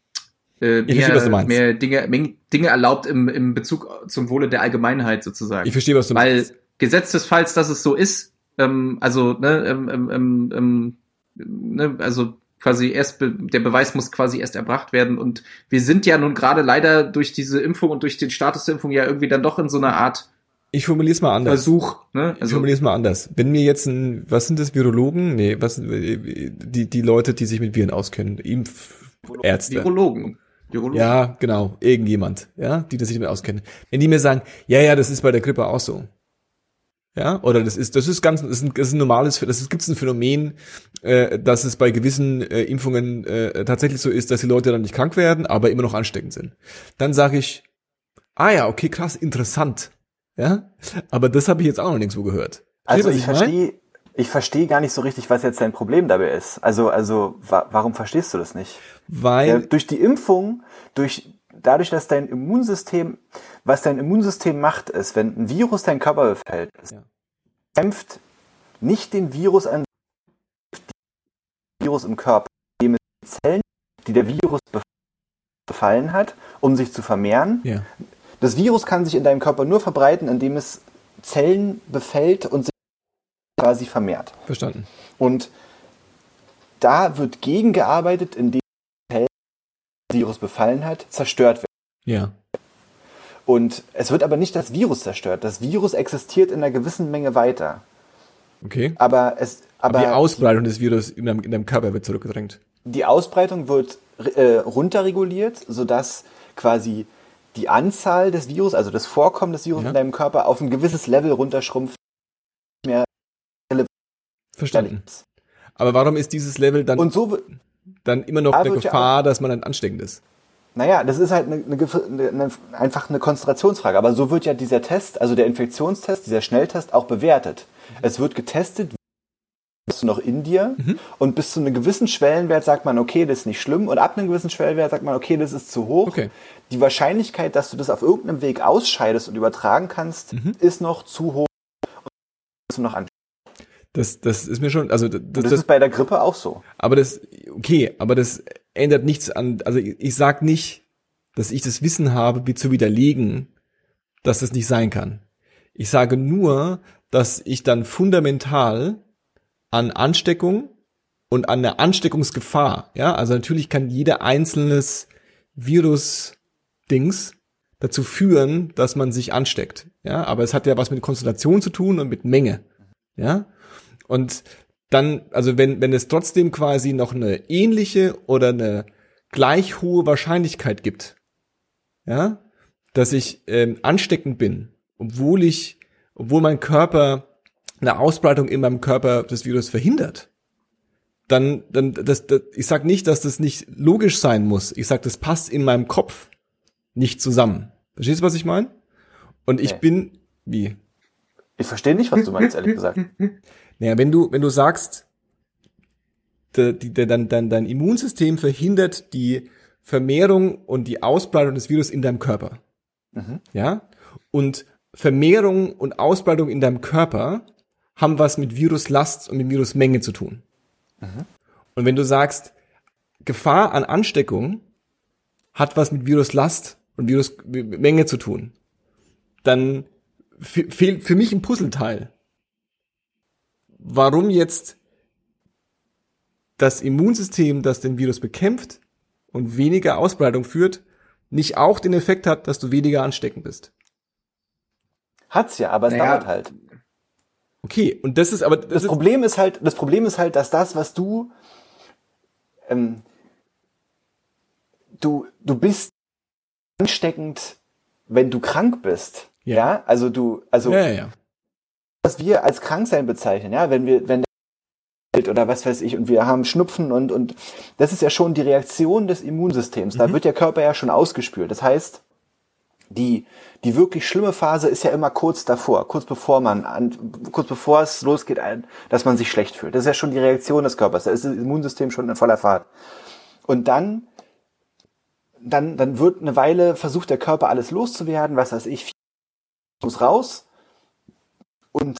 äh, mehr, ich verstehe, was du meinst. mehr Dinge Dinge erlaubt im im Bezug zum Wohle der Allgemeinheit sozusagen. Ich verstehe, was du Weil, meinst. Gesetz des Falls, dass es so ist, ähm, also, ne, ähm, ähm, ähm, ne, also quasi erst, be- der Beweis muss quasi erst erbracht werden und wir sind ja nun gerade leider durch diese Impfung und durch den Status der Impfung ja irgendwie dann doch in so einer Art Ich formuliere es mal anders. Versuch, ne? Also, ich formuliere es mal anders. Wenn mir jetzt ein, was sind das, Virologen? Nee, was sind die, die Leute, die sich mit Viren auskennen? Impfärzte. Virologen. Virologen. Ja, genau, irgendjemand, ja, die das sich damit auskennen. Wenn die mir sagen, ja, ja, das ist bei der Grippe auch so. Ja, oder das ist, das ist ganz, das ist ein, das ist ein normales, das ist, gibt's ein Phänomen, äh, dass es bei gewissen äh, Impfungen äh, tatsächlich so ist, dass die Leute dann nicht krank werden, aber immer noch ansteckend sind. Dann sage ich, ah ja, okay, krass, interessant. Ja, aber das habe ich jetzt auch noch nirgendwo gehört. Also ich verstehe, ich verstehe gar nicht so richtig, was jetzt dein Problem dabei ist. Also, also, wa- warum verstehst du das nicht? Weil Ja, durch die Impfung, durch dadurch, dass dein Immunsystem, was dein Immunsystem macht, ist, wenn ein Virus deinen Körper befällt, es Ja. kämpft nicht den Virus an, den Virus im Körper, indem es die Zellen, die der Virus befallen hat, um sich zu vermehren. ja. Das Virus kann sich in deinem Körper nur verbreiten, indem es Zellen befällt und sich quasi vermehrt. Verstanden. Und da wird gegengearbeitet, indem die Zellen, die das Virus befallen hat, zerstört werden. Ja. Und es wird aber nicht das Virus zerstört. Das Virus existiert in einer gewissen Menge weiter. Okay. Aber es, Aber aber die Ausbreitung des Virus in deinem, in deinem Körper wird zurückgedrängt. die Ausbreitung wird äh, runterreguliert, sodass quasi die Anzahl des Virus, also das Vorkommen des Virus Ja. in deinem Körper auf ein gewisses Level runterschrumpft. Verstanden. Aber warum ist dieses Level dann, Und so, wird- dann immer noch da der wird ja Gefahr, dass man dann ansteckend ist? naja, das ist halt eine, eine, Gef- eine, eine, einfach eine Konzentrationsfrage. Aber so wird ja dieser Test, also der Infektionstest, dieser Schnelltest auch bewertet. Es wird getestet, bist du noch in dir Mhm. und bis zu einem gewissen Schwellenwert sagt man, okay, das ist nicht schlimm und ab einem gewissen Schwellenwert sagt man, okay, das ist zu hoch. Okay. Die Wahrscheinlichkeit, dass du das auf irgendeinem Weg ausscheidest und übertragen kannst, Mhm. ist noch zu hoch. Und bist du noch an. Das, das ist mir schon, also das, Das, das, ist bei der Grippe auch so. aber das, okay, aber das ändert nichts an, also ich, ich sag nicht, dass ich das Wissen habe, wie zu widerlegen, dass das nicht sein kann. Ich sage nur, dass ich dann fundamental an Ansteckung und an der Ansteckungsgefahr, ja, also natürlich kann jeder einzelnes Virus-Dings dazu führen, dass man sich ansteckt, ja, aber es hat ja was mit Konzentration zu tun und mit Menge, ja, und dann, also wenn wenn es trotzdem quasi noch eine ähnliche oder eine gleich hohe Wahrscheinlichkeit gibt, ja, dass ich ähm, ansteckend bin, obwohl ich, obwohl mein Körper eine Ausbreitung in meinem Körper des Virus verhindert, dann, dann, das, das, ich sag nicht, dass das nicht logisch sein muss. Ich sag, das passt in meinem Kopf nicht zusammen. Verstehst du, was ich meine? Und ich Nee. bin, wie? Ich verstehe nicht, was du meinst, ehrlich gesagt. Naja, wenn du, wenn du sagst, de, die, de, dein, dein, dein Immunsystem verhindert die Vermehrung und die Ausbreitung des Virus in deinem Körper. Mhm. Ja? Und Vermehrung und Ausbreitung in deinem Körper haben was mit Viruslast und mit Virusmenge zu tun. Mhm. Und wenn du sagst, Gefahr an Ansteckung hat was mit Viruslast und Virusmenge zu tun, dann fe- fehlt für mich ein Puzzleteil. Warum jetzt das Immunsystem, das den Virus bekämpft und weniger Ausbreitung führt, nicht auch den Effekt hat, dass du weniger ansteckend bist. Hat's ja, aber es Naja. dauert halt. Okay, und das ist aber das, Das ist, Problem ist halt, das Problem ist halt, dass das, was du, ähm, du, du bist ansteckend, wenn du krank bist. Ja. Ja, also du, also ja, ja, ja. was wir als Kranksein bezeichnen, ja, wenn wir, wenn der oder was weiß ich und wir haben Schnupfen und und das ist ja schon die Reaktion des Immunsystems. Da Mhm. wird der Körper ja schon ausgespült. Das heißt, die die wirklich schlimme Phase ist ja immer kurz davor, kurz bevor man an, kurz bevor es losgeht, ein, dass man sich schlecht fühlt. Das ist ja schon die Reaktion des Körpers. Da ist das Immunsystem schon in voller Fahrt. Und dann dann dann wird eine Weile versucht der Körper alles loszuwerden, was weiß ich, muss raus. Und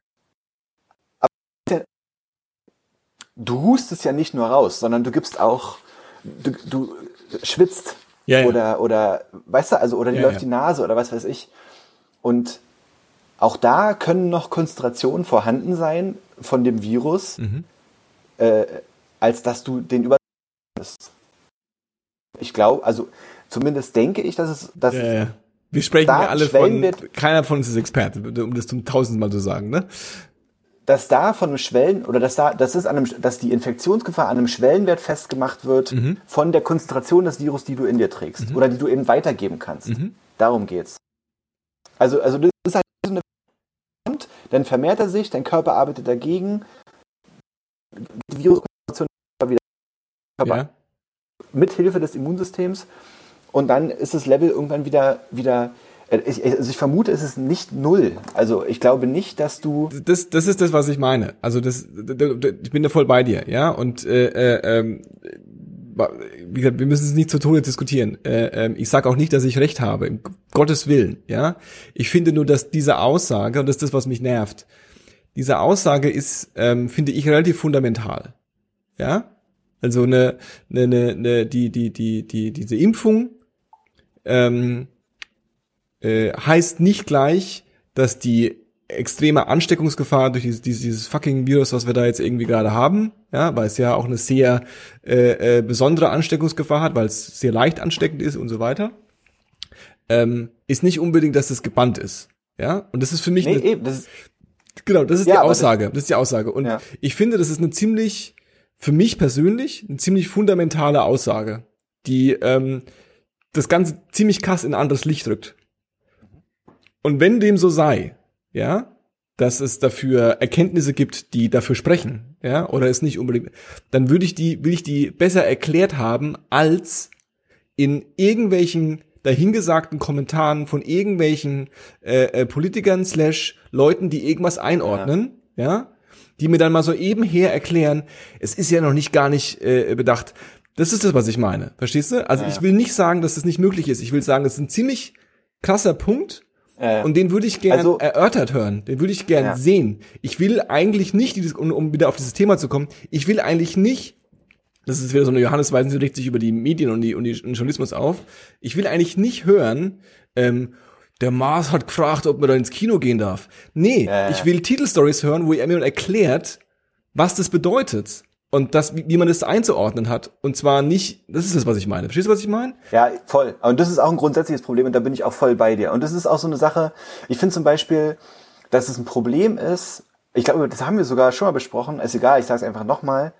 du hustest ja nicht nur raus, sondern du gibst auch, du, du schwitzt Ja, ja. oder oder weißt du, also oder dir Ja, läuft ja. die Nase oder was weiß ich. Und auch da können noch Konzentrationen vorhanden sein von dem Virus, Mhm. äh, als dass du den überträgst. Ich glaube, also zumindest denke ich, dass es, dass Ja, ja. Wir sprechen Da ja alle von, Schwellenwert- keiner von uns ist Experte, um das zum tausendmal zu sagen, ne? dass da von einem Schwellen oder dass da, dass es an einem, dass die Infektionsgefahr an einem Schwellenwert festgemacht wird Mhm. von der Konzentration des Virus, die du in dir trägst oder die du eben weitergeben kannst. Mhm. Darum geht's. Also, also das ist halt so eine, dann vermehrt er sich, dein Körper arbeitet dagegen, die Viruskonzentration wieder Körper Ja. mit Hilfe des Immunsystems und dann ist das Level irgendwann wieder wieder Ich, also ich vermute, es ist nicht null. Also ich glaube nicht, dass du... Das, das ist das, was ich meine. Also das, ich bin da voll bei dir, ja. Und äh, äh, ähm, wie gesagt, wir müssen es nicht zu Tode diskutieren. Äh, äh, ich sage auch nicht, dass ich recht habe, um Gottes Willen, ja. Ich finde nur, dass diese Aussage, und das ist das, was mich nervt, diese Aussage ist, ähm, finde ich, relativ fundamental, ja. Also eine, eine, eine, eine die, die, die, die, diese Impfung ähm, äh, heißt nicht gleich, dass die extreme Ansteckungsgefahr durch dieses, dieses fucking Virus, was wir da jetzt irgendwie gerade haben, ja, weil es ja auch eine sehr äh, äh, besondere Ansteckungsgefahr hat, weil es sehr leicht ansteckend ist und so weiter, ähm, ist nicht unbedingt, dass das gebannt ist, ja. Und das ist für mich Nee, eine, eben, das ist, genau, das ist Ja, die aber Aussage, das, das ist die Aussage. Und Ja. ich finde, das ist eine ziemlich, für mich persönlich, eine ziemlich fundamentale Aussage, die ähm, das Ganze ziemlich krass in ein anderes Licht rückt. Und wenn dem so sei, ja, dass es dafür Erkenntnisse gibt, die dafür sprechen, ja, oder es nicht unbedingt, dann würde ich die, will ich die besser erklärt haben, als in irgendwelchen dahingesagten Kommentaren von irgendwelchen äh, äh, Politikern slash Leuten, die irgendwas einordnen, ja. ja, die mir dann mal so eben her erklären, es ist ja noch nicht gar nicht äh, bedacht. Das ist das, was ich meine. Verstehst du? Also Ja. ich will nicht sagen, dass das nicht möglich ist. Ich will sagen, das ist ein ziemlich krasser Punkt, äh, und den würde ich gern Also- erörtert hören. Den würde ich gern Ja. sehen. Ich will eigentlich nicht, dieses, um, um wieder auf dieses Thema zu kommen, ich will eigentlich nicht, das ist wieder so eine Johannes-Weisen, sie regt sich über die Medien und, die, und, die, und den Journalismus auf. Ich will eigentlich nicht hören, ähm, der Mars hat gefragt, ob man da ins Kino gehen darf. Nee, äh. ich will Titelstories hören, wo er mir erklärt, was das bedeutet. Und das, wie, wie man das einzuordnen hat. Und zwar nicht, das ist das, was ich meine. Verstehst du, was ich meine? Ja, voll. Und das ist auch ein grundsätzliches Problem und da bin ich auch voll bei dir. Und das ist auch so eine Sache, ich finde zum Beispiel, dass es ein Problem ist, ich glaube, das haben wir sogar schon mal besprochen, ist egal, ich sage es einfach nochmal,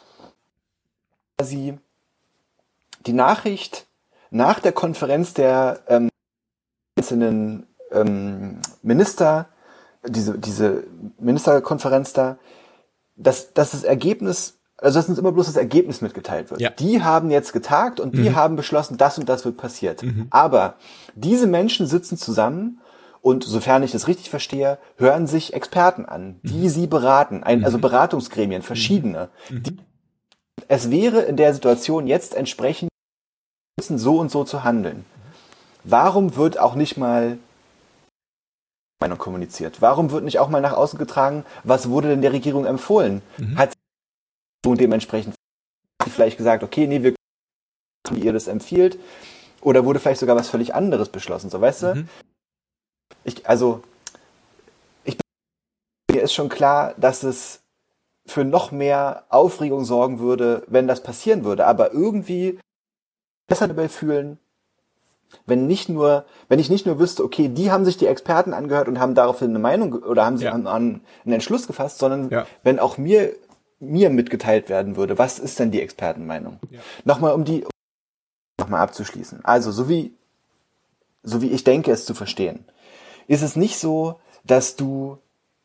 quasi die Nachricht nach der Konferenz der ähm, einzelnen ähm, Minister, diese, diese Ministerkonferenz da, dass, dass das Ergebnis, also dass uns immer bloß das Ergebnis mitgeteilt wird. Ja. Die haben jetzt getagt und die Mhm. haben beschlossen, das und das wird passiert. Mhm. Aber diese Menschen sitzen zusammen und, sofern ich das richtig verstehe, hören sich Experten an, die Mhm. sie beraten, ein, Mhm. also Beratungsgremien, verschiedene. Mhm. Die, es wäre in der Situation jetzt entsprechend so und so zu handeln. Warum wird auch nicht mal Meinung kommuniziert? Warum wird nicht auch mal nach außen getragen, was wurde denn der Regierung empfohlen? Mhm. Hat sie dementsprechend vielleicht gesagt, okay, nee, wir wie ihr das empfiehlt, oder wurde vielleicht sogar was völlig anderes beschlossen, so, weißt du? Mhm. Ich, also, ich bin, mir ist schon klar, dass es für noch mehr Aufregung sorgen würde, wenn das passieren würde, aber irgendwie besser dabei fühlen, wenn nicht nur, wenn ich nicht nur wüsste, okay, die haben sich die Experten angehört und haben daraufhin eine Meinung oder haben sie Ja. an, an einen Entschluss gefasst, sondern Ja. wenn auch mir mir mitgeteilt werden würde, was ist denn die Expertenmeinung? Ja. Nochmal um die nochmal abzuschließen. Also so wie so wie ich denke es zu verstehen, ist es nicht so, dass du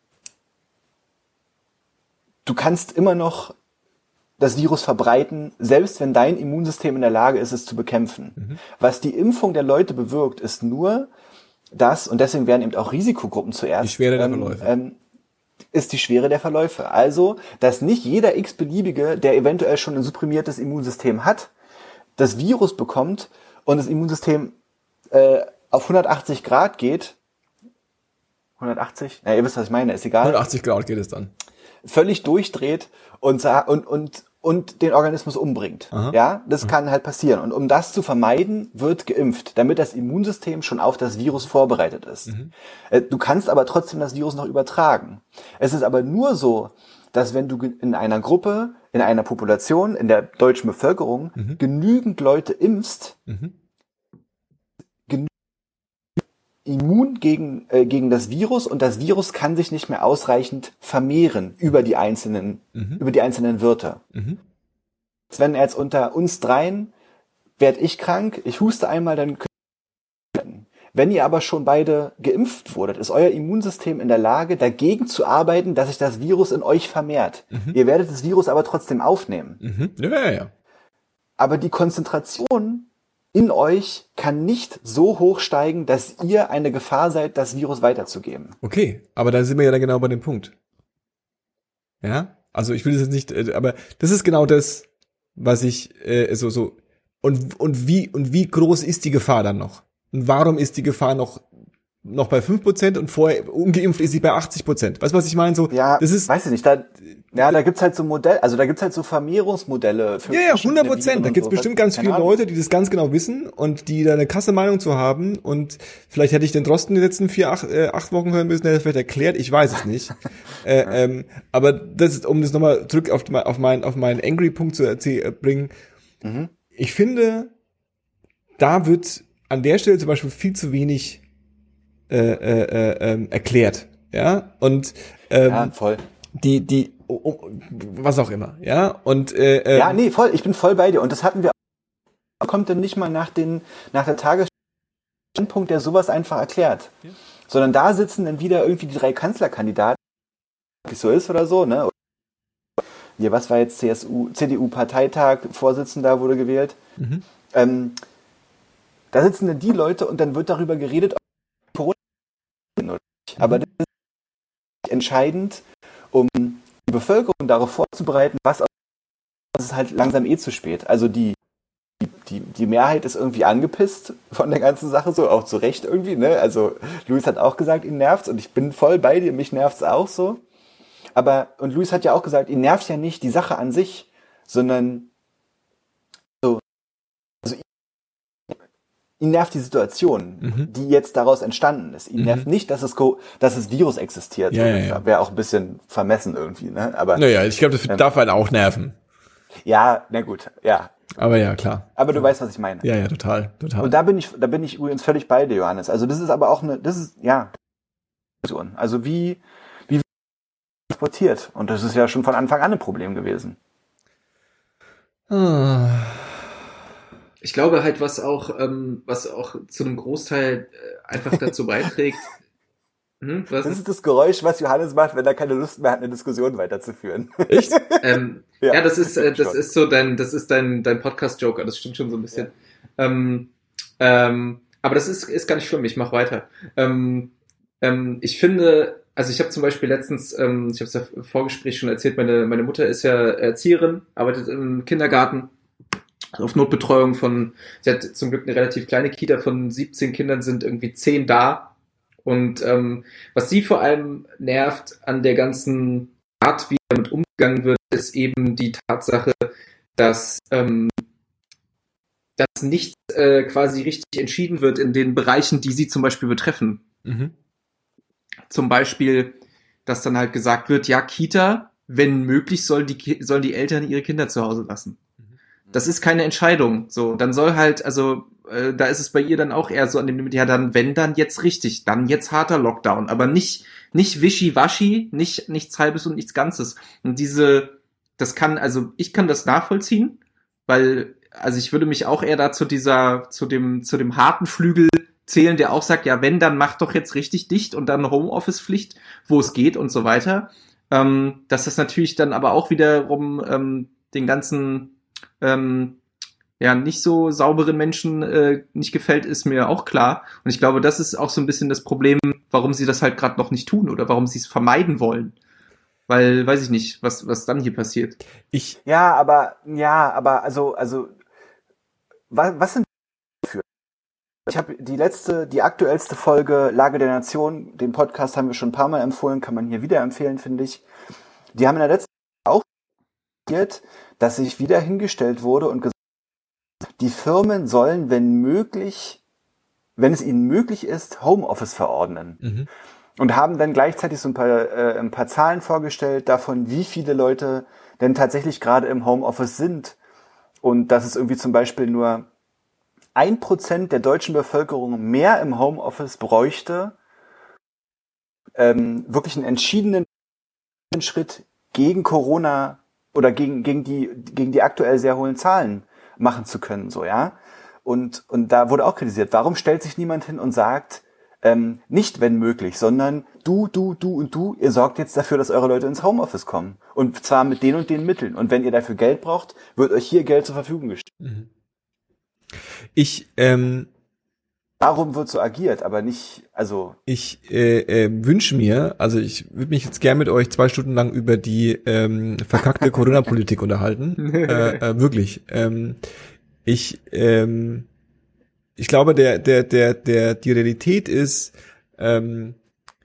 du kannst immer noch das Virus verbreiten, selbst wenn dein Immunsystem in der Lage ist, es zu bekämpfen. Mhm. Was die Impfung der Leute bewirkt, ist nur das, und deswegen werden eben auch Risikogruppen zuerst, Die Schwere der ähm, Verläufe. ähm, ist die Schwere der Verläufe. Also, dass nicht jeder x-beliebige, der eventuell schon ein supprimiertes Immunsystem hat, das Virus bekommt und das Immunsystem äh, auf hundertachtzig Grad geht. hundertachtzig? Na, ihr wisst, was ich meine, ist egal. hundertachtzig Grad geht es dann. Völlig durchdreht und, sa- und, und, und den Organismus umbringt. Aha. Ja, das kann halt passieren. Und um das zu vermeiden, wird geimpft, damit das Immunsystem schon auf das Virus vorbereitet ist. Mhm. Äh, Du kannst aber trotzdem das Virus noch übertragen. Es ist aber nur so, dass wenn du ge- in einer Gruppe, in einer Population, in der deutschen Bevölkerung Mhm. genügend Leute impfst, Mhm. immun gegen, äh, gegen das Virus, und das Virus kann sich nicht mehr ausreichend vermehren über die einzelnen, Mhm. über die einzelnen Wirte. Mhm. Wenn jetzt unter uns dreien, werd ich krank, ich huste einmal, dann könnt ihr werden. Wenn ihr aber schon beide geimpft wurdet, ist euer Immunsystem in der Lage, dagegen zu arbeiten, dass sich das Virus in euch vermehrt. Mhm. Ihr werdet das Virus aber trotzdem aufnehmen. Mhm. Ja, ja, ja. Aber die Konzentration in euch kann nicht so hoch steigen, dass ihr eine Gefahr seid, das Virus weiterzugeben. Okay, aber da sind wir ja dann genau bei dem Punkt. Ja, also ich will das jetzt nicht, äh, aber das ist genau das, was ich äh, so so und und wie und wie groß ist die Gefahr dann noch? Und warum ist die Gefahr noch noch bei fünf Prozent und vorher ungeimpft ist sie bei achtzig Prozent? Weißt du, was ich meine? So, Ja, das ist weiß ich nicht. Da, ja, da gibt's halt so Modell, also da gibt's halt so Vermehrungsmodelle. Für ja, ja, verschiedene hundert Prozent. Viren Da und gibt's so. bestimmt ganz Keine viele Ahnung. Leute, die das ganz genau wissen und die da eine krasse Meinung zu haben. Und vielleicht hätte ich den Drosten die letzten vier, acht, äh, acht Wochen hören müssen, der das vielleicht erklärt. Ich weiß es nicht. äh, ähm, aber das ist, um das nochmal zurück auf, mein- auf meinen auf meinen Angry-Punkt zu erzäh- äh, bringen. Mhm. Ich finde, da wird an der Stelle zum Beispiel viel zu wenig äh, äh, äh, ähm, erklärt. Ja, und ähm, Ja, voll. die, die, oh, oh, was auch immer, ja, und äh, äh, Ja, nee, voll. Ich bin voll bei dir. Und das hatten wir auch. Kommt denn nicht mal nach den, nach der Tagesstandpunkt, der sowas einfach erklärt. Ja. Sondern da sitzen dann wieder irgendwie die drei Kanzlerkandidaten, wie es so ist oder so, ne? Hier, was war jetzt C S U, C D U-Parteitag, Vorsitzender wurde gewählt. mhm. Ähm, da sitzen dann die Leute und dann wird darüber geredet, ob Corona oder nicht. Aber das ist entscheidend, um die Bevölkerung darauf vorzubereiten, was auch- das ist halt langsam eh zu spät. Also die, die, die Mehrheit ist irgendwie angepisst von der ganzen Sache, so auch zu Recht irgendwie, ne? Also Luis hat auch gesagt, ihn nervt's, und ich bin voll bei dir, mich nervt's auch so. Aber, und Luis hat ja auch gesagt, ihn nervt ja nicht die Sache an sich, sondern ihn nervt die Situation, Mhm. die jetzt daraus entstanden ist. Ihn Mhm. nervt nicht, dass es Co- dass das Virus existiert. Ja, ja, ja. Wäre auch ein bisschen vermessen irgendwie, ne? Aber Naja, ich glaube, das Ähm. darf einen auch nerven. ja, na gut, ja. Aber ja, klar. Aber du weißt, was ich meine. Ja, ja, total, total. Und da bin ich, da bin ich übrigens völlig bei dir, Johannes. Also das ist aber auch eine, das ist, ja, also wie, wie transportiert. Und das ist ja schon von Anfang an ein Problem gewesen. Ah. Ich glaube halt, was auch, ähm, was auch zu einem Großteil äh, einfach dazu beiträgt. Hm, was Das ist das Geräusch, was Johannes macht, wenn er keine Lust mehr hat, eine Diskussion weiterzuführen. Echt? ähm, Ja, ja, das ist, äh, das schon. ist so dein, das ist dein, dein Podcast-Joker. Das stimmt schon so ein bisschen. Ähm, ähm, aber das ist, ist gar nicht schlimm. Ich mach weiter. Ähm, ähm, ich finde, also ich habe zum Beispiel letztens, ähm, ich habe es ja im Vorgespräch schon erzählt, meine, meine Mutter ist ja Erzieherin, arbeitet im Kindergarten auf Notbetreuung von, sie hat zum Glück eine relativ kleine Kita, von siebzehn Kindern sind irgendwie zehn da. Und ähm, was sie vor allem nervt an der ganzen Art, wie damit umgegangen wird, ist eben die Tatsache, dass ähm, dass nicht äh, quasi richtig entschieden wird in den Bereichen, die sie zum Beispiel betreffen. Mhm. Zum Beispiel, dass dann halt gesagt wird, ja, Kita, wenn möglich, sollen die, Ki- sollen die Eltern ihre Kinder zu Hause lassen. Das ist keine Entscheidung. So, dann soll halt, also äh, da ist es bei ihr dann auch eher so an dem Limit, ja, dann wenn, dann jetzt richtig, dann jetzt harter Lockdown, aber nicht nicht wischiwaschi, nicht nichts Halbes und nichts Ganzes. Und diese, das kann, also ich kann das nachvollziehen, weil, also ich würde mich auch eher dazu dieser, zu dem, zu dem harten Flügel zählen, der auch sagt, ja, wenn, dann mach doch jetzt richtig dicht und dann Homeoffice-Pflicht, wo es geht und so weiter. Ähm, dass das natürlich dann aber auch wiederum ähm, den ganzen ähm, ja, nicht so sauberen Menschen äh, nicht gefällt, ist mir auch klar. Und ich glaube, das ist auch so ein bisschen das Problem, warum sie das halt gerade noch nicht tun oder warum sie es vermeiden wollen. Weil, weiß ich nicht, was, was dann hier passiert. Ich, Ja, aber, ja, aber, also, also, was, was sind für? Ich habe die letzte, die aktuellste Folge Lage der Nation, den Podcast haben wir schon ein paar Mal empfohlen, kann man hier wieder empfehlen, finde ich. Die haben in der letzten auch dass sich wieder hingestellt wurde und gesagt, die Firmen sollen, wenn möglich, wenn es ihnen möglich ist, Homeoffice verordnen. mhm. Und haben dann gleichzeitig so ein paar, äh, ein paar Zahlen vorgestellt davon, wie viele Leute denn tatsächlich gerade im Homeoffice sind. Und dass es irgendwie zum Beispiel nur ein Prozent der deutschen Bevölkerung mehr im Homeoffice bräuchte, ähm, wirklich einen entschiedenen Schritt gegen Corona oder gegen, gegen die, gegen die aktuell sehr hohen Zahlen machen zu können, so, ja. Und, und da wurde auch kritisiert, warum stellt sich niemand hin und sagt, ähm, nicht wenn möglich, sondern du, du, du und du, ihr sorgt jetzt dafür, dass eure Leute ins Homeoffice kommen. Und zwar mit den und den Mitteln. Und wenn ihr dafür Geld braucht, wird euch hier Geld zur Verfügung gestellt. Mhm. Ich, ähm, Darum wird so agiert, aber nicht, also, Ich äh, äh, wünsche mir, also ich würde mich jetzt gern mit euch zwei Stunden lang über die ähm, verkackte Corona-Politik unterhalten. Äh, äh, wirklich. Ähm, ich ähm, ich glaube, der der der der die Realität ist, ähm,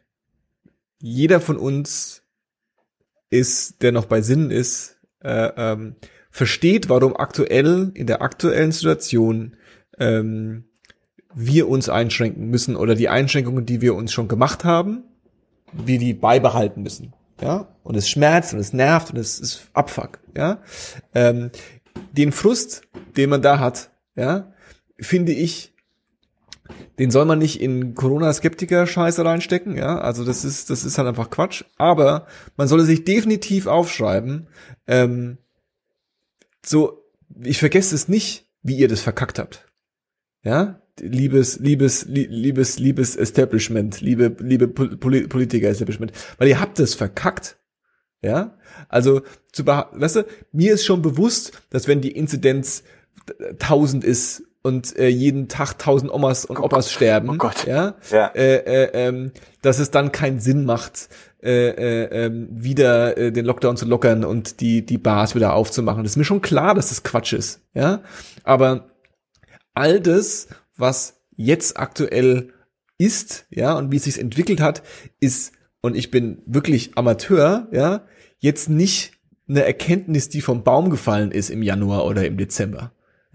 jeder von uns ist, der noch bei Sinnen ist, äh, ähm, versteht, warum aktuell in der aktuellen Situation ähm, wir uns einschränken müssen oder die Einschränkungen, die wir uns schon gemacht haben, wir die beibehalten müssen. Ja, und es schmerzt und es nervt und es ist Abfuck. Ja, ähm, den Frust, den man da hat, ja, finde ich, den soll man nicht in Corona-Skeptiker-Scheiße reinstecken. Ja, also das ist, das ist halt einfach Quatsch. Aber man sollte sich definitiv aufschreiben. Ähm, so, ich vergesse es nicht, wie ihr das verkackt habt. Ja, liebes, liebes, liebes, liebes Establishment, liebe, liebe Politiker-Establishment, weil ihr habt es verkackt. Ja, also, zu weißt du, mir ist schon bewusst, dass wenn die Inzidenz tausend ist und äh, jeden Tag tausend Omas und Oh Opas Gott. sterben, Oh Gott. ja, ja. äh, äh, ähm, dass es dann keinen Sinn macht, äh, äh, ähm, wieder äh, den Lockdown zu lockern und die die Bars wieder aufzumachen. Das ist mir schon klar, dass das Quatsch ist, ja, aber all das, was jetzt aktuell ist, ja, und wie es sich entwickelt hat, ist, und ich bin wirklich Amateur, ja, jetzt nicht eine Erkenntnis, die vom Baum gefallen ist im Januar oder im Dezember.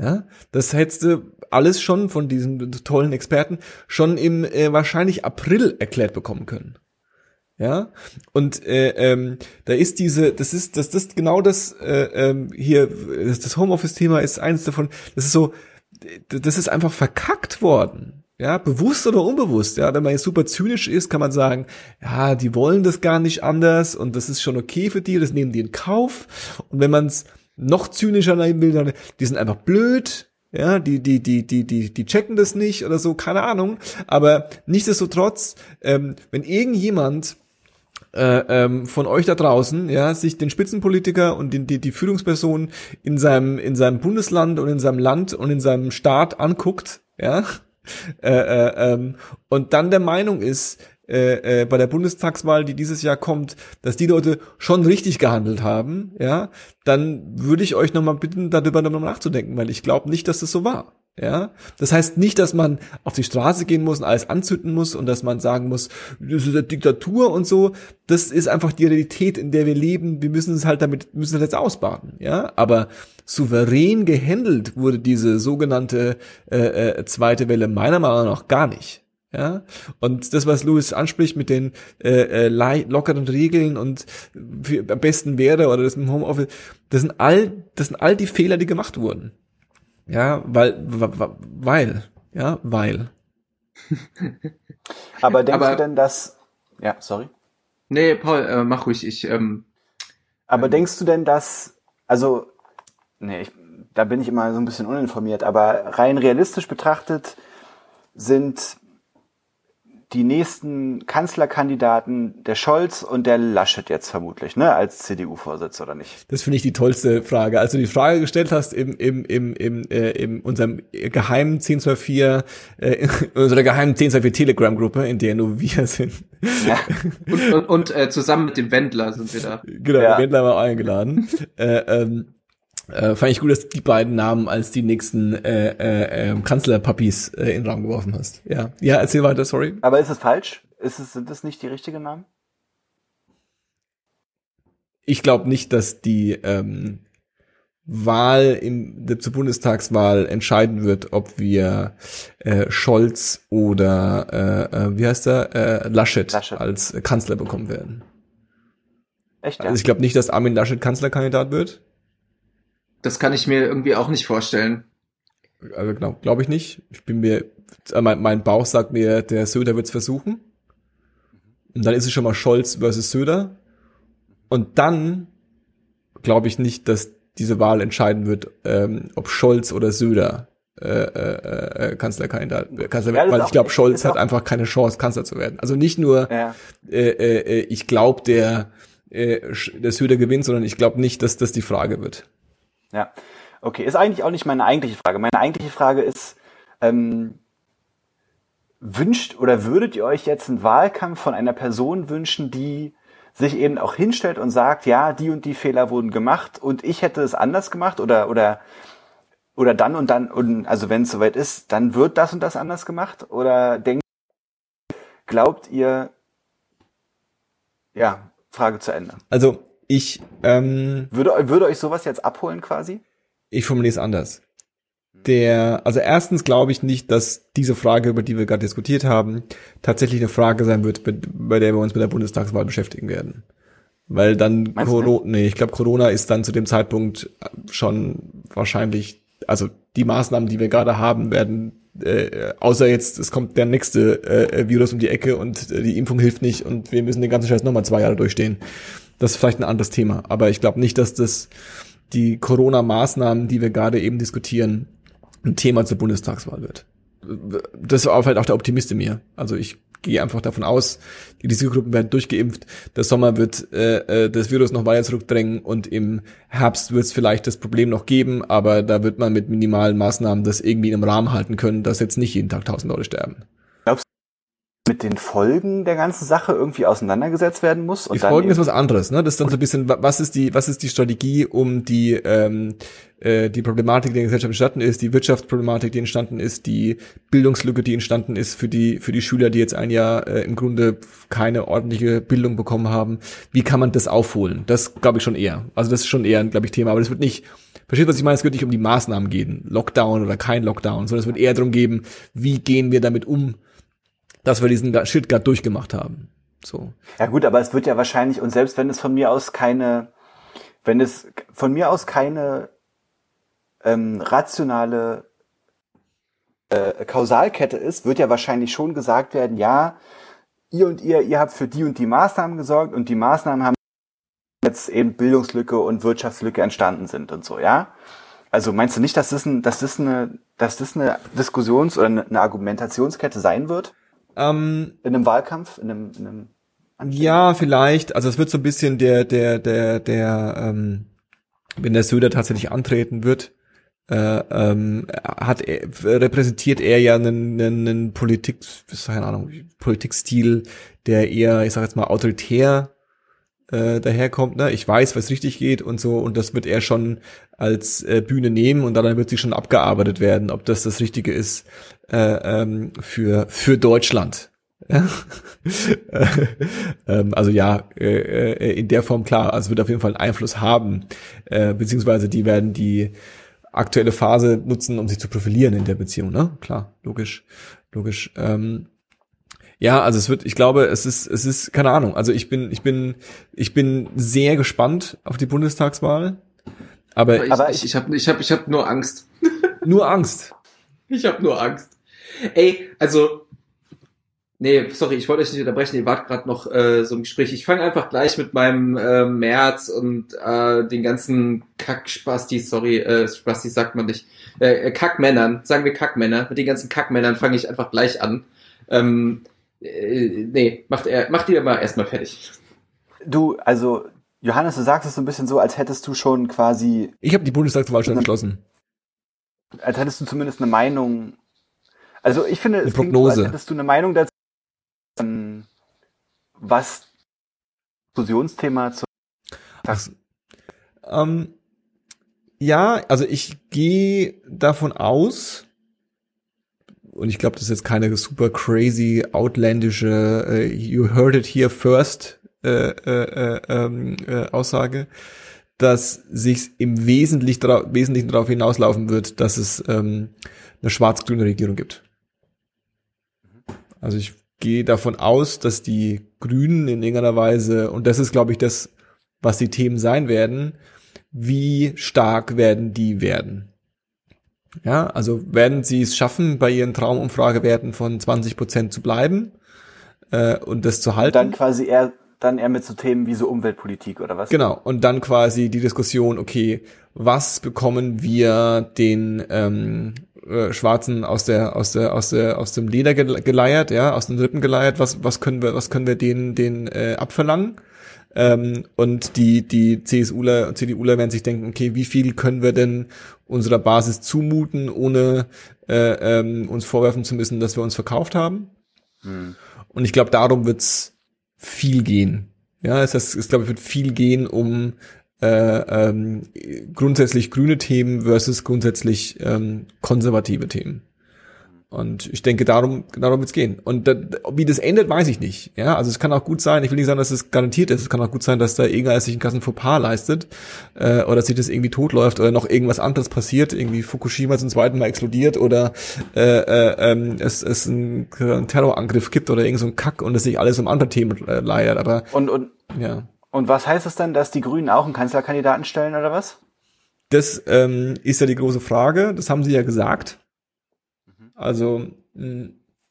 Ja, das hättest du alles schon von diesem tollen Experten schon im äh, wahrscheinlich April erklärt bekommen können. Ja, und äh, ähm, da ist diese, das ist, das, das genau das äh, ähm, hier, das, das Homeoffice-Thema ist eins davon. Das ist so, das ist einfach verkackt worden. Ja, bewusst oder unbewusst. Ja, wenn man jetzt super zynisch ist, kann man sagen, ja, die wollen das gar nicht anders und das ist schon okay für die, das nehmen die in Kauf. Und wenn man es noch zynischer nehmen will, dann, die sind einfach blöd. Ja, die, die, die, die, die, die checken das nicht oder so, keine Ahnung. Aber nichtsdestotrotz, ähm, wenn irgendjemand Äh, ähm, von euch da draußen, ja, sich den Spitzenpolitiker und den, die, die Führungsperson in seinem, in seinem Bundesland und in seinem Land und in seinem Staat anguckt, ja, äh, äh, ähm, und dann der Meinung ist, äh, äh, bei der Bundestagswahl, die dieses Jahr kommt, dass die Leute schon richtig gehandelt haben, ja, dann würde ich euch nochmal bitten, darüber nochmal nachzudenken, weil ich glaube nicht, dass das so war. Ja, das heißt nicht, dass man auf die Straße gehen muss und alles anzünden muss und dass man sagen muss, das ist eine Diktatur und so. Das ist einfach die Realität, in der wir leben. Wir müssen es halt damit, müssen es jetzt ausbaden. Ja, aber souverän gehandelt wurde diese sogenannte äh, äh, zweite Welle meiner Meinung nach gar nicht. Ja, und das, was Louis anspricht mit den äh, äh, lockeren Regeln und für, am besten wäre oder das im Homeoffice, das sind all, das sind all die Fehler, die gemacht wurden. Ja, weil, weil, ja, weil. Aber denkst Aber, du denn, dass, ja, sorry. Nee, Paul, äh, mach ruhig, ich, ähm. Aber ähm, denkst du denn, dass, also, nee, ich, da bin ich immer so ein bisschen uninformiert, aber rein realistisch betrachtet sind die nächsten Kanzlerkandidaten der Scholz und der Laschet jetzt vermutlich, ne, als C D U-Vorsitz, oder nicht? Das finde ich die tollste Frage. Als du die Frage gestellt hast im im im im äh, in unserem geheimen zehn zwei vier äh, in unserer geheimen zehn zwei vier Telegram-Gruppe, in der nur wir sind. Ja. und und, und äh, zusammen mit dem Wendler sind wir da. Genau, ja. Der Wendler war eingeladen. äh, ähm, Äh, fand ich gut, dass du die beiden Namen als die nächsten äh, äh, äh, Kanzlerpuppies äh, in den Raum geworfen hast. Ja, ja, erzähl weiter, sorry. Aber ist es falsch? Ist es, sind das nicht die richtigen Namen? Ich glaube nicht, dass die ähm, Wahl im, der, zur Bundestagswahl entscheiden wird, ob wir äh, Scholz oder äh, äh, wie heißt er äh, Laschet, Laschet als Kanzler bekommen werden. Echt, ja? Also ich glaube nicht, dass Armin Laschet Kanzlerkandidat wird. Das kann ich mir irgendwie auch nicht vorstellen. Also genau, glaube ich nicht. Ich bin mir, mein, mein Bauch sagt mir, der Söder wird's versuchen. Und dann ist es schon mal Scholz versus Söder. Und dann glaube ich nicht, dass diese Wahl entscheiden wird, ähm, ob Scholz oder Söder äh, äh, äh, Kanzlerkandidat, Kanzler Ja, wird, weil auch, ich glaube, Scholz hat auch, einfach keine Chance, Kanzler zu werden. Also nicht nur, ja. äh, äh, ich glaube, der, äh, der Söder gewinnt, sondern ich glaube nicht, dass das die Frage wird. Ja, okay, ist eigentlich auch nicht meine eigentliche Frage. Meine eigentliche Frage ist, ähm, wünscht oder würdet ihr euch jetzt einen Wahlkampf von einer Person wünschen, die sich eben auch hinstellt und sagt, ja, die und die Fehler wurden gemacht und ich hätte es anders gemacht oder oder oder dann und dann und also wenn es soweit ist, dann wird das und das anders gemacht? Oder denkt, glaubt ihr, ja, Frage zu Ende. Also ich ähm, würde würde euch sowas jetzt abholen quasi? Ich formuliere es anders. Der, also erstens glaube ich nicht, dass diese Frage, über die wir gerade diskutiert haben, tatsächlich eine Frage sein wird, bei der wir uns mit der Bundestagswahl beschäftigen werden. Weil dann Corona, nee, ich glaube Corona ist dann zu dem Zeitpunkt schon wahrscheinlich, also die Maßnahmen, die wir gerade haben, werden, äh, außer jetzt, es kommt der nächste äh, Virus um die Ecke und äh, die Impfung hilft nicht und wir müssen den ganzen Scheiß nochmal zwei Jahre durchstehen. Das ist vielleicht ein anderes Thema, aber ich glaube nicht, dass das die Corona-Maßnahmen, die wir gerade eben diskutieren, ein Thema zur Bundestagswahl wird. Das war halt auch der Optimist in mir. Also ich gehe einfach davon aus, die Risikogruppen werden durchgeimpft, der Sommer wird äh, das Virus noch weiter zurückdrängen und im Herbst wird es vielleicht das Problem noch geben, aber da wird man mit minimalen Maßnahmen das irgendwie im Rahmen halten können, dass jetzt nicht jeden Tag tausend Leute sterben. Glaubst du, mit den Folgen der ganzen Sache irgendwie auseinandergesetzt werden muss? Und die dann Folgen ist was anderes, ne? Das ist dann so ein bisschen, was ist die, was ist die Strategie, um die ähm, äh, die Problematik, die in der Gesellschaft entstanden ist, die Wirtschaftsproblematik, die entstanden ist, die Bildungslücke, die entstanden ist für die für die Schüler, die jetzt ein Jahr äh, im Grunde keine ordentliche Bildung bekommen haben. Wie kann man das aufholen? Das glaube ich schon eher. Also das ist schon eher, glaube ich, Thema. Aber das wird nicht versteht, was ich meine? Es wird nicht um die Maßnahmen gehen, Lockdown oder kein Lockdown, sondern es wird eher darum gehen, wie gehen wir damit um, dass wir diesen Shit gerade durchgemacht haben. So. Ja gut, aber es wird ja wahrscheinlich, und selbst wenn es von mir aus keine, wenn es von mir aus keine ähm, rationale äh, Kausalkette ist, wird ja wahrscheinlich schon gesagt werden, ja, ihr und ihr, ihr habt für die und die Maßnahmen gesorgt und die Maßnahmen haben jetzt eben Bildungslücke und Wirtschaftslücke entstanden sind und so, ja? Also meinst du nicht, dass das, ein, dass das eine, dass das eine Diskussions- oder eine Argumentationskette sein wird? Ähm, in einem Wahlkampf, in einem, in einem ja, vielleicht. Also es wird so ein bisschen der, der, der, der, ähm, wenn der Söder tatsächlich antreten wird, äh, ähm, hat er, repräsentiert er ja einen, einen Politik, keine Ahnung, Politikstil, der eher, ich sag jetzt mal, autoritär äh, daherkommt, ne? Ich weiß, was richtig geht und so, und das wird er schon als äh, Bühne nehmen und dann wird sie schon abgearbeitet werden, ob das das Richtige ist äh, ähm, für für Deutschland. Ja? ähm, also ja, äh, äh, in der Form klar, also es wird auf jeden Fall einen Einfluss haben, äh, beziehungsweise die werden die aktuelle Phase nutzen, um sich zu profilieren in der Beziehung, ne? Klar, logisch, logisch. Ähm, ja, also es wird, ich glaube, es ist, es ist, keine Ahnung. Also ich bin, ich bin, ich bin sehr gespannt auf die Bundestagswahl. Aber, aber ich, aber ich, ich habe, ich habe, ich habe nur Angst. Nur Angst. Ich habe nur Angst. Ey, also, nee, sorry, ich wollte euch nicht unterbrechen. Ihr wart gerade noch äh, so im Gespräch. Ich fange einfach gleich mit meinem äh, März und äh, den ganzen Kack-Spastis, sorry, äh, Spastis sagt man nicht, äh, Kackmännern, sagen wir Kackmänner. Mit den ganzen Kackmännern fange ich einfach gleich an. Ähm, Äh, nee, macht er, macht ihr mal erstmal fertig. Du, also, Johannes, du sagst es so ein bisschen so, als hättest du schon quasi... Ich habe die Bundestagswahl schon beschlossen. Als hättest du zumindest eine Meinung... Also, ich finde, eine es Prognose. klingt so, als hättest du eine Meinung dazu, was Diskussionsthema zu... Ach, ähm, ja, also ich gehe davon aus... Und ich glaube, das ist jetzt keine super crazy, outlandische uh, you heard it here first äh, äh, äh, äh, Aussage, dass sich im Wesentlichen, dara- Wesentlichen darauf hinauslaufen wird, dass es ähm, eine schwarz-grüne Regierung gibt. Also ich gehe davon aus, dass die Grünen in irgendeiner Weise, und das ist, glaube ich, das, was die Themen sein werden, wie stark werden die werden? Ja, also werden sie es schaffen, bei ihren Traumumfragewerten von zwanzig Prozent zu bleiben äh, und das zu halten. Dann quasi eher, dann eher mit so Themen wie so Umweltpolitik oder was? Genau, und dann quasi die Diskussion, okay, was bekommen wir den ähm, äh, Schwarzen aus der aus der aus der aus dem Leder geleiert, ja, aus den Rippen geleiert, was was können wir was können wir denen den äh, abverlangen? Ähm, und die die CSUler und CDUler werden sich denken, okay, wie viel können wir denn unserer Basis zumuten, ohne äh, ähm, uns vorwerfen zu müssen, dass wir uns verkauft haben? Hm. Und ich glaube, darum wird's viel gehen. Ja, es heißt, es glaube ich wird viel gehen um äh, ähm, grundsätzlich grüne Themen versus grundsätzlich ähm, konservative Themen. Und ich denke, darum, darum wird's gehen. Und da, wie das endet, weiß ich nicht. Ja, also es kann auch gut sein, ich will nicht sagen, dass es garantiert ist. Es kann auch gut sein, dass da irgendeiner sich einen krassen Fauxpas leistet, äh, oder dass sich das irgendwie totläuft oder noch irgendwas anderes passiert, irgendwie Fukushima zum zweiten Mal explodiert oder äh, äh, ähm, es, es einen, einen Terrorangriff gibt oder irgend so ein Kack und es sich alles um andere Themen äh, leiert. Aber und, und, ja. Und was heißt es dann, dass die Grünen auch einen Kanzlerkandidaten stellen oder was? Das ähm, ist ja die große Frage. Das haben sie ja gesagt. Also mh,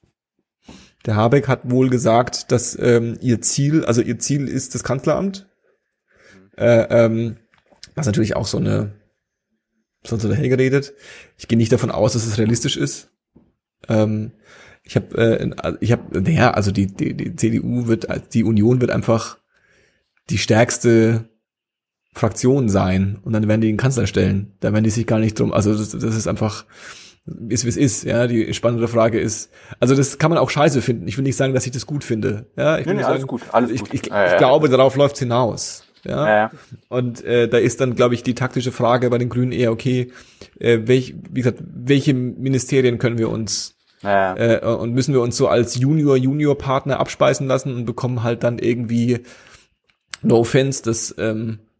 der Habeck hat wohl gesagt, dass ähm, ihr Ziel, also ihr Ziel ist das Kanzleramt. Äh, ähm, was natürlich auch so eine, sonst so dahergeredet. Ich gehe nicht davon aus, dass es realistisch ist. Ähm, ich habe, äh, ich habe, naja, also die, die die C D U wird, die Union wird einfach die stärkste Fraktion sein und dann werden die den Kanzler stellen. Da werden die sich gar nicht drum, also das, das ist einfach, ist wie es ist, ja, die spannende Frage ist, also das kann man auch scheiße finden, ich will nicht sagen, dass ich das gut finde, ja, ich will nee, nee, sagen, alles gut, alles ich, gut. ich, ich, ja, ja. ich glaube, darauf läuft's hinaus, ja, ja, ja. Und äh, da ist dann, glaube ich, die taktische Frage bei den Grünen eher, okay, äh, welch, wie gesagt, welche Ministerien können wir uns ja, ja. äh, und müssen wir uns so als Junior-Junior-Partner abspeisen lassen und bekommen halt dann irgendwie, no offense, das ähm,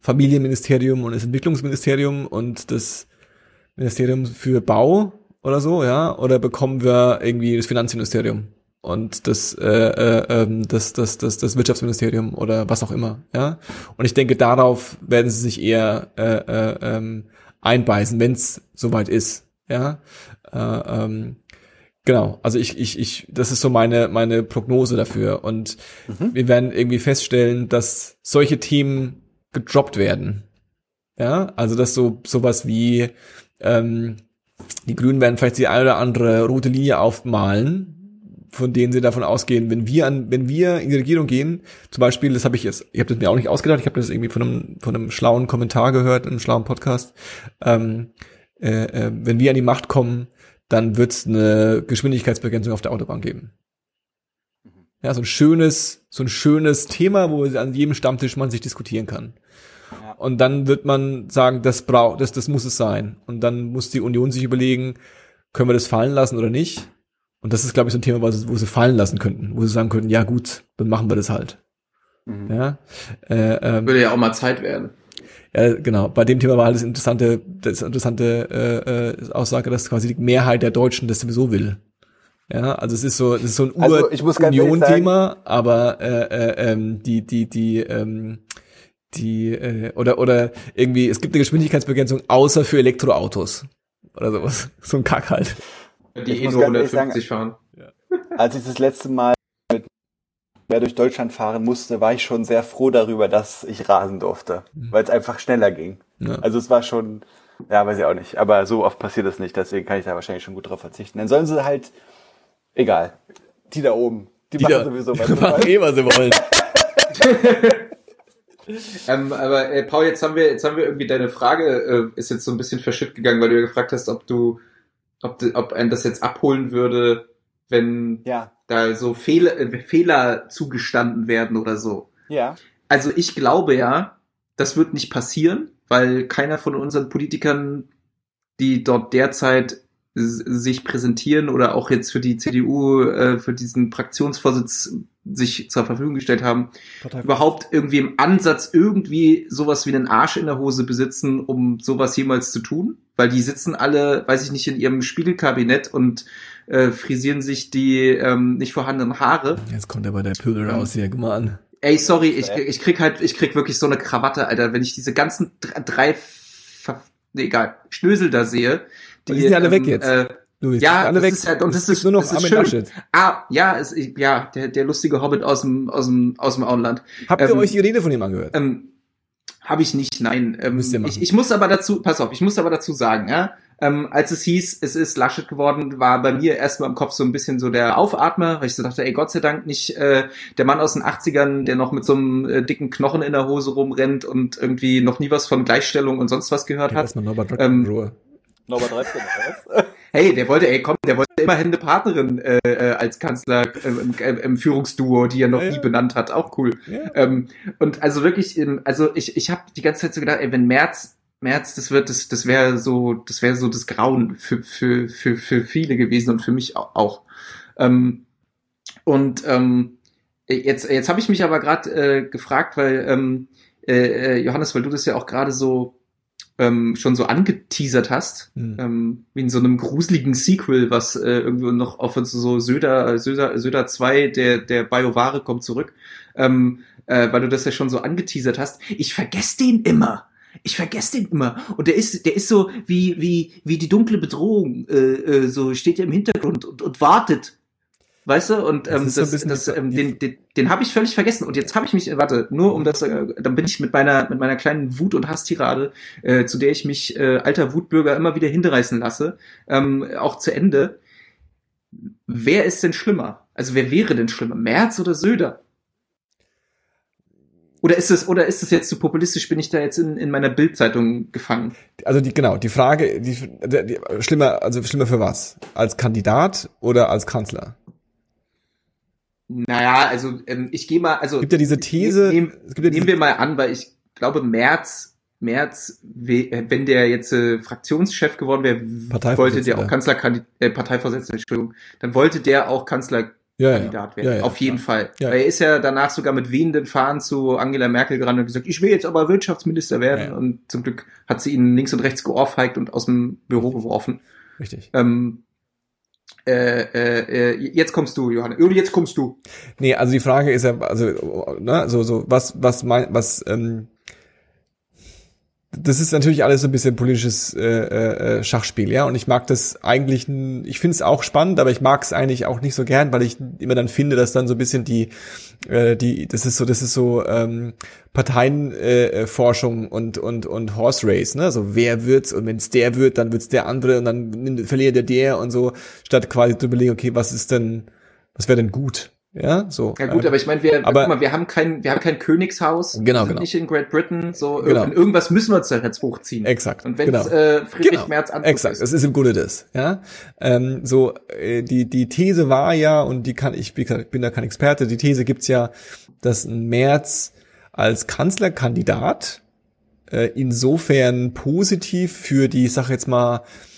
Familienministerium und das Entwicklungsministerium und das Ministerium für Bau oder so, ja, oder bekommen wir irgendwie das Finanzministerium und das äh, äh, das, das das das Wirtschaftsministerium oder was auch immer, ja. Und ich denke, darauf werden sie sich eher äh, äh, ähm, einbeißen, wenn es soweit ist, ja. Äh, ähm, genau, also ich ich ich das ist so meine meine Prognose dafür und mhm. wir werden irgendwie feststellen, dass solche Themen gedroppt werden, ja, also dass so sowas wie ähm, die Grünen werden vielleicht die eine oder andere rote Linie aufmalen, von denen sie davon ausgehen, wenn wir an, wenn wir in die Regierung gehen, zum Beispiel, das habe ich jetzt, ich habe das mir auch nicht ausgedacht, ich habe das irgendwie von einem von einem schlauen Kommentar gehört, einem schlauen Podcast. Ähm, äh, äh, wenn wir an die Macht kommen, dann wird es eine Geschwindigkeitsbegrenzung auf der Autobahn geben. Ja, so ein schönes, so ein schönes Thema, wo an jedem Stammtisch man sich diskutieren kann. Und dann wird man sagen, das braucht, das, das muss es sein. Und dann muss die Union sich überlegen, können wir das fallen lassen oder nicht? Und das ist, glaube ich, so ein Thema, wo sie, wo sie fallen lassen könnten, wo sie sagen könnten, ja gut, dann machen wir das halt. Mhm. Ja, äh, ähm, würde ja auch mal Zeit werden. Ja, genau. Bei dem Thema war halt das interessante, das interessante äh, äh, Aussage, dass quasi die Mehrheit der Deutschen das sowieso will. Ja, also es ist so, es ist so ein also, Ur-Union-Thema, aber äh, äh, ähm, die, die, die, ähm, die äh, oder oder irgendwie es gibt eine Geschwindigkeitsbegrenzung außer für Elektroautos oder sowas, so ein Kack halt. Die eh nur hundertfünfzig fahren. Ja. Als ich das letzte Mal mit quer durch Deutschland fahren musste, war ich schon sehr froh darüber, dass ich rasen durfte, mhm. weil es einfach schneller ging. Ja. Also es war schon, ja, weiß ich auch nicht, aber so oft passiert das nicht, deswegen kann ich da wahrscheinlich schon gut drauf verzichten. Dann sollen sie halt, egal, die da oben, die, die machen da, sowieso was. Die machen eh, was sie wollen. ähm, aber äh, Paul, jetzt haben wir jetzt haben wir irgendwie deine Frage äh, ist jetzt so ein bisschen verschütt gegangen, weil du ja gefragt hast, ob du ob du, ob einen das jetzt abholen würde, wenn ja. da so Fehler äh, Fehler zugestanden werden oder so. Ja. Also ich glaube ja, das wird nicht passieren, weil keiner von unseren Politikern, die dort derzeit sich präsentieren oder auch jetzt für die C D U, äh, für diesen Fraktionsvorsitz sich zur Verfügung gestellt haben, überhaupt irgendwie im Ansatz irgendwie sowas wie einen Arsch in der Hose besitzen, um sowas jemals zu tun. Weil die sitzen alle, weiß ich nicht, in ihrem Spiegelkabinett und äh, frisieren sich die ähm, nicht vorhandenen Haare. Jetzt kommt aber der Pöbel raus hier, guck mal an. Ey, sorry, ich, ich krieg halt, ich krieg wirklich so eine Krawatte, Alter, wenn ich diese ganzen drei, drei nee, egal, Schnösel da sehe. Die, die sind ja alle ähm, weg jetzt. Äh, Louis, ja, alle das weg. ist halt, und das ist nur noch das ist Armin schön. Laschet. Ah, ja, es, ja, der, der lustige Hobbit aus dem, aus dem, aus dem Auenland. Habt ihr ähm, euch die Rede von ihm angehört? Ähm, Habe ich nicht, nein. Ähm, Müsst ihr machen. Ich, ich muss aber dazu, pass auf, ich muss aber dazu sagen, ja, ähm, als es hieß, es ist Laschet geworden, war bei mir erstmal im Kopf so ein bisschen so der Aufatmer, weil ich so dachte, ey, Gott sei Dank nicht äh, der Mann aus den achtzigern, der noch mit so einem äh, dicken Knochen in der Hose rumrennt und irgendwie noch nie was von Gleichstellung und sonst was gehört ja, hat. Erstmal Norbert Röttgen in Ruhe. Norbert Röttgen, was? Hey, der wollte, ey, komm, der wollte immerhin eine Partnerin äh, äh, als Kanzler äh, im, äh, im Führungsduo, die er noch ja, nie ja. benannt hat, auch cool. Ja. Ähm, und also wirklich, ähm, also ich ich habe die ganze Zeit so gedacht, ey, wenn Merz, Merz, das wird, das das wäre so, das wäre so das Grauen für für für für viele gewesen und für mich auch. Ähm, und ähm, jetzt jetzt habe ich mich aber gerade äh, gefragt, weil ähm, äh, Johannes, weil du das ja auch gerade so Ähm, schon so angeteasert hast, hm. ähm, wie in so einem gruseligen Sequel, was äh, irgendwie noch auf uns so Söder, Söder, Söder zwei, der, der BioWare kommt zurück, ähm, äh, weil du das ja schon so angeteasert hast. Ich vergesse den immer. Ich vergesse den immer. Und der ist, der ist so wie, wie, wie die dunkle Bedrohung, äh, äh, so steht er im Hintergrund und, und wartet. Weißt du, und ähm, das, das, das, ähm, den, den, den habe ich völlig vergessen. Und jetzt habe ich mich, warte, nur um das, äh, dann bin ich mit meiner, mit meiner kleinen Wut- und Hasstirade, äh, zu der ich mich äh, alter Wutbürger immer wieder hinreißen lasse, ähm, auch zu Ende. Wer ist denn schlimmer? Also wer wäre denn schlimmer? Merz oder Söder? Oder ist es, oder ist es jetzt zu populistisch? Bin ich da jetzt in, in meiner Bildzeitung gefangen? Also die, genau, die Frage, die, die, die schlimmer, also schlimmer für was? Als Kandidat oder als Kanzler? Naja, also ähm, ich gehe mal, also es gibt ja diese These, nehm, es gibt ja nehmen wir mal an, weil ich glaube, Merz, Merz, wenn der jetzt äh, Fraktionschef geworden wäre, wollte der auch Kanzlerkandidat, äh, Parteivorsitzender, Entschuldigung, dann wollte der auch Kanzler ja, Kandidat ja. werden. Ja, ja, Auf jeden klar. Fall. Ja, Weil er ist ja danach sogar mit wehenden Fahnen zu Angela Merkel gerannt und gesagt, ich will jetzt aber Wirtschaftsminister werden. Ja. Und zum Glück hat sie ihn links und rechts geohrfeigt und aus dem Büro geworfen. Richtig. Ähm, äh, äh, äh, jetzt kommst du, Johannes. Oder jetzt kommst du. Nee, also die Frage ist ja, also, ne, so, so, was, was mein, was, ähm, das ist natürlich alles so ein bisschen politisches äh, äh, Schachspiel, ja, und ich mag das eigentlich, ich finde es auch spannend, aber ich mag es eigentlich auch nicht so gern, weil ich immer dann finde, dass dann so ein bisschen die, äh, die, das ist so, das ist so ähm, Parteienforschung äh, und und und Horse Race, ne, so wer wird's und wenn es der wird, dann wird's der andere und dann verliert der der und so, statt quasi zu überlegen, okay, was ist denn, was wäre denn gut? Ja, so. Ja gut, ähm, aber ich meine, wir, aber, guck mal, wir haben kein, wir haben kein Königshaus. Genau, wir sind genau. nicht in Great Britain, so, Genau. in irgendwas müssen wir uns da jetzt hochziehen. Exakt. Und wenn genau. es äh, Friedrich genau. Merz Anzug Exakt. ist. Es ist im Grunde das, ja. Ähm, so, äh, die, die These war ja, und die kann, ich, wie gesagt, ich bin da kein Experte, die These gibt's ja, dass ein Merz als Kanzlerkandidat äh, insofern positiv für die, ich sag jetzt mal,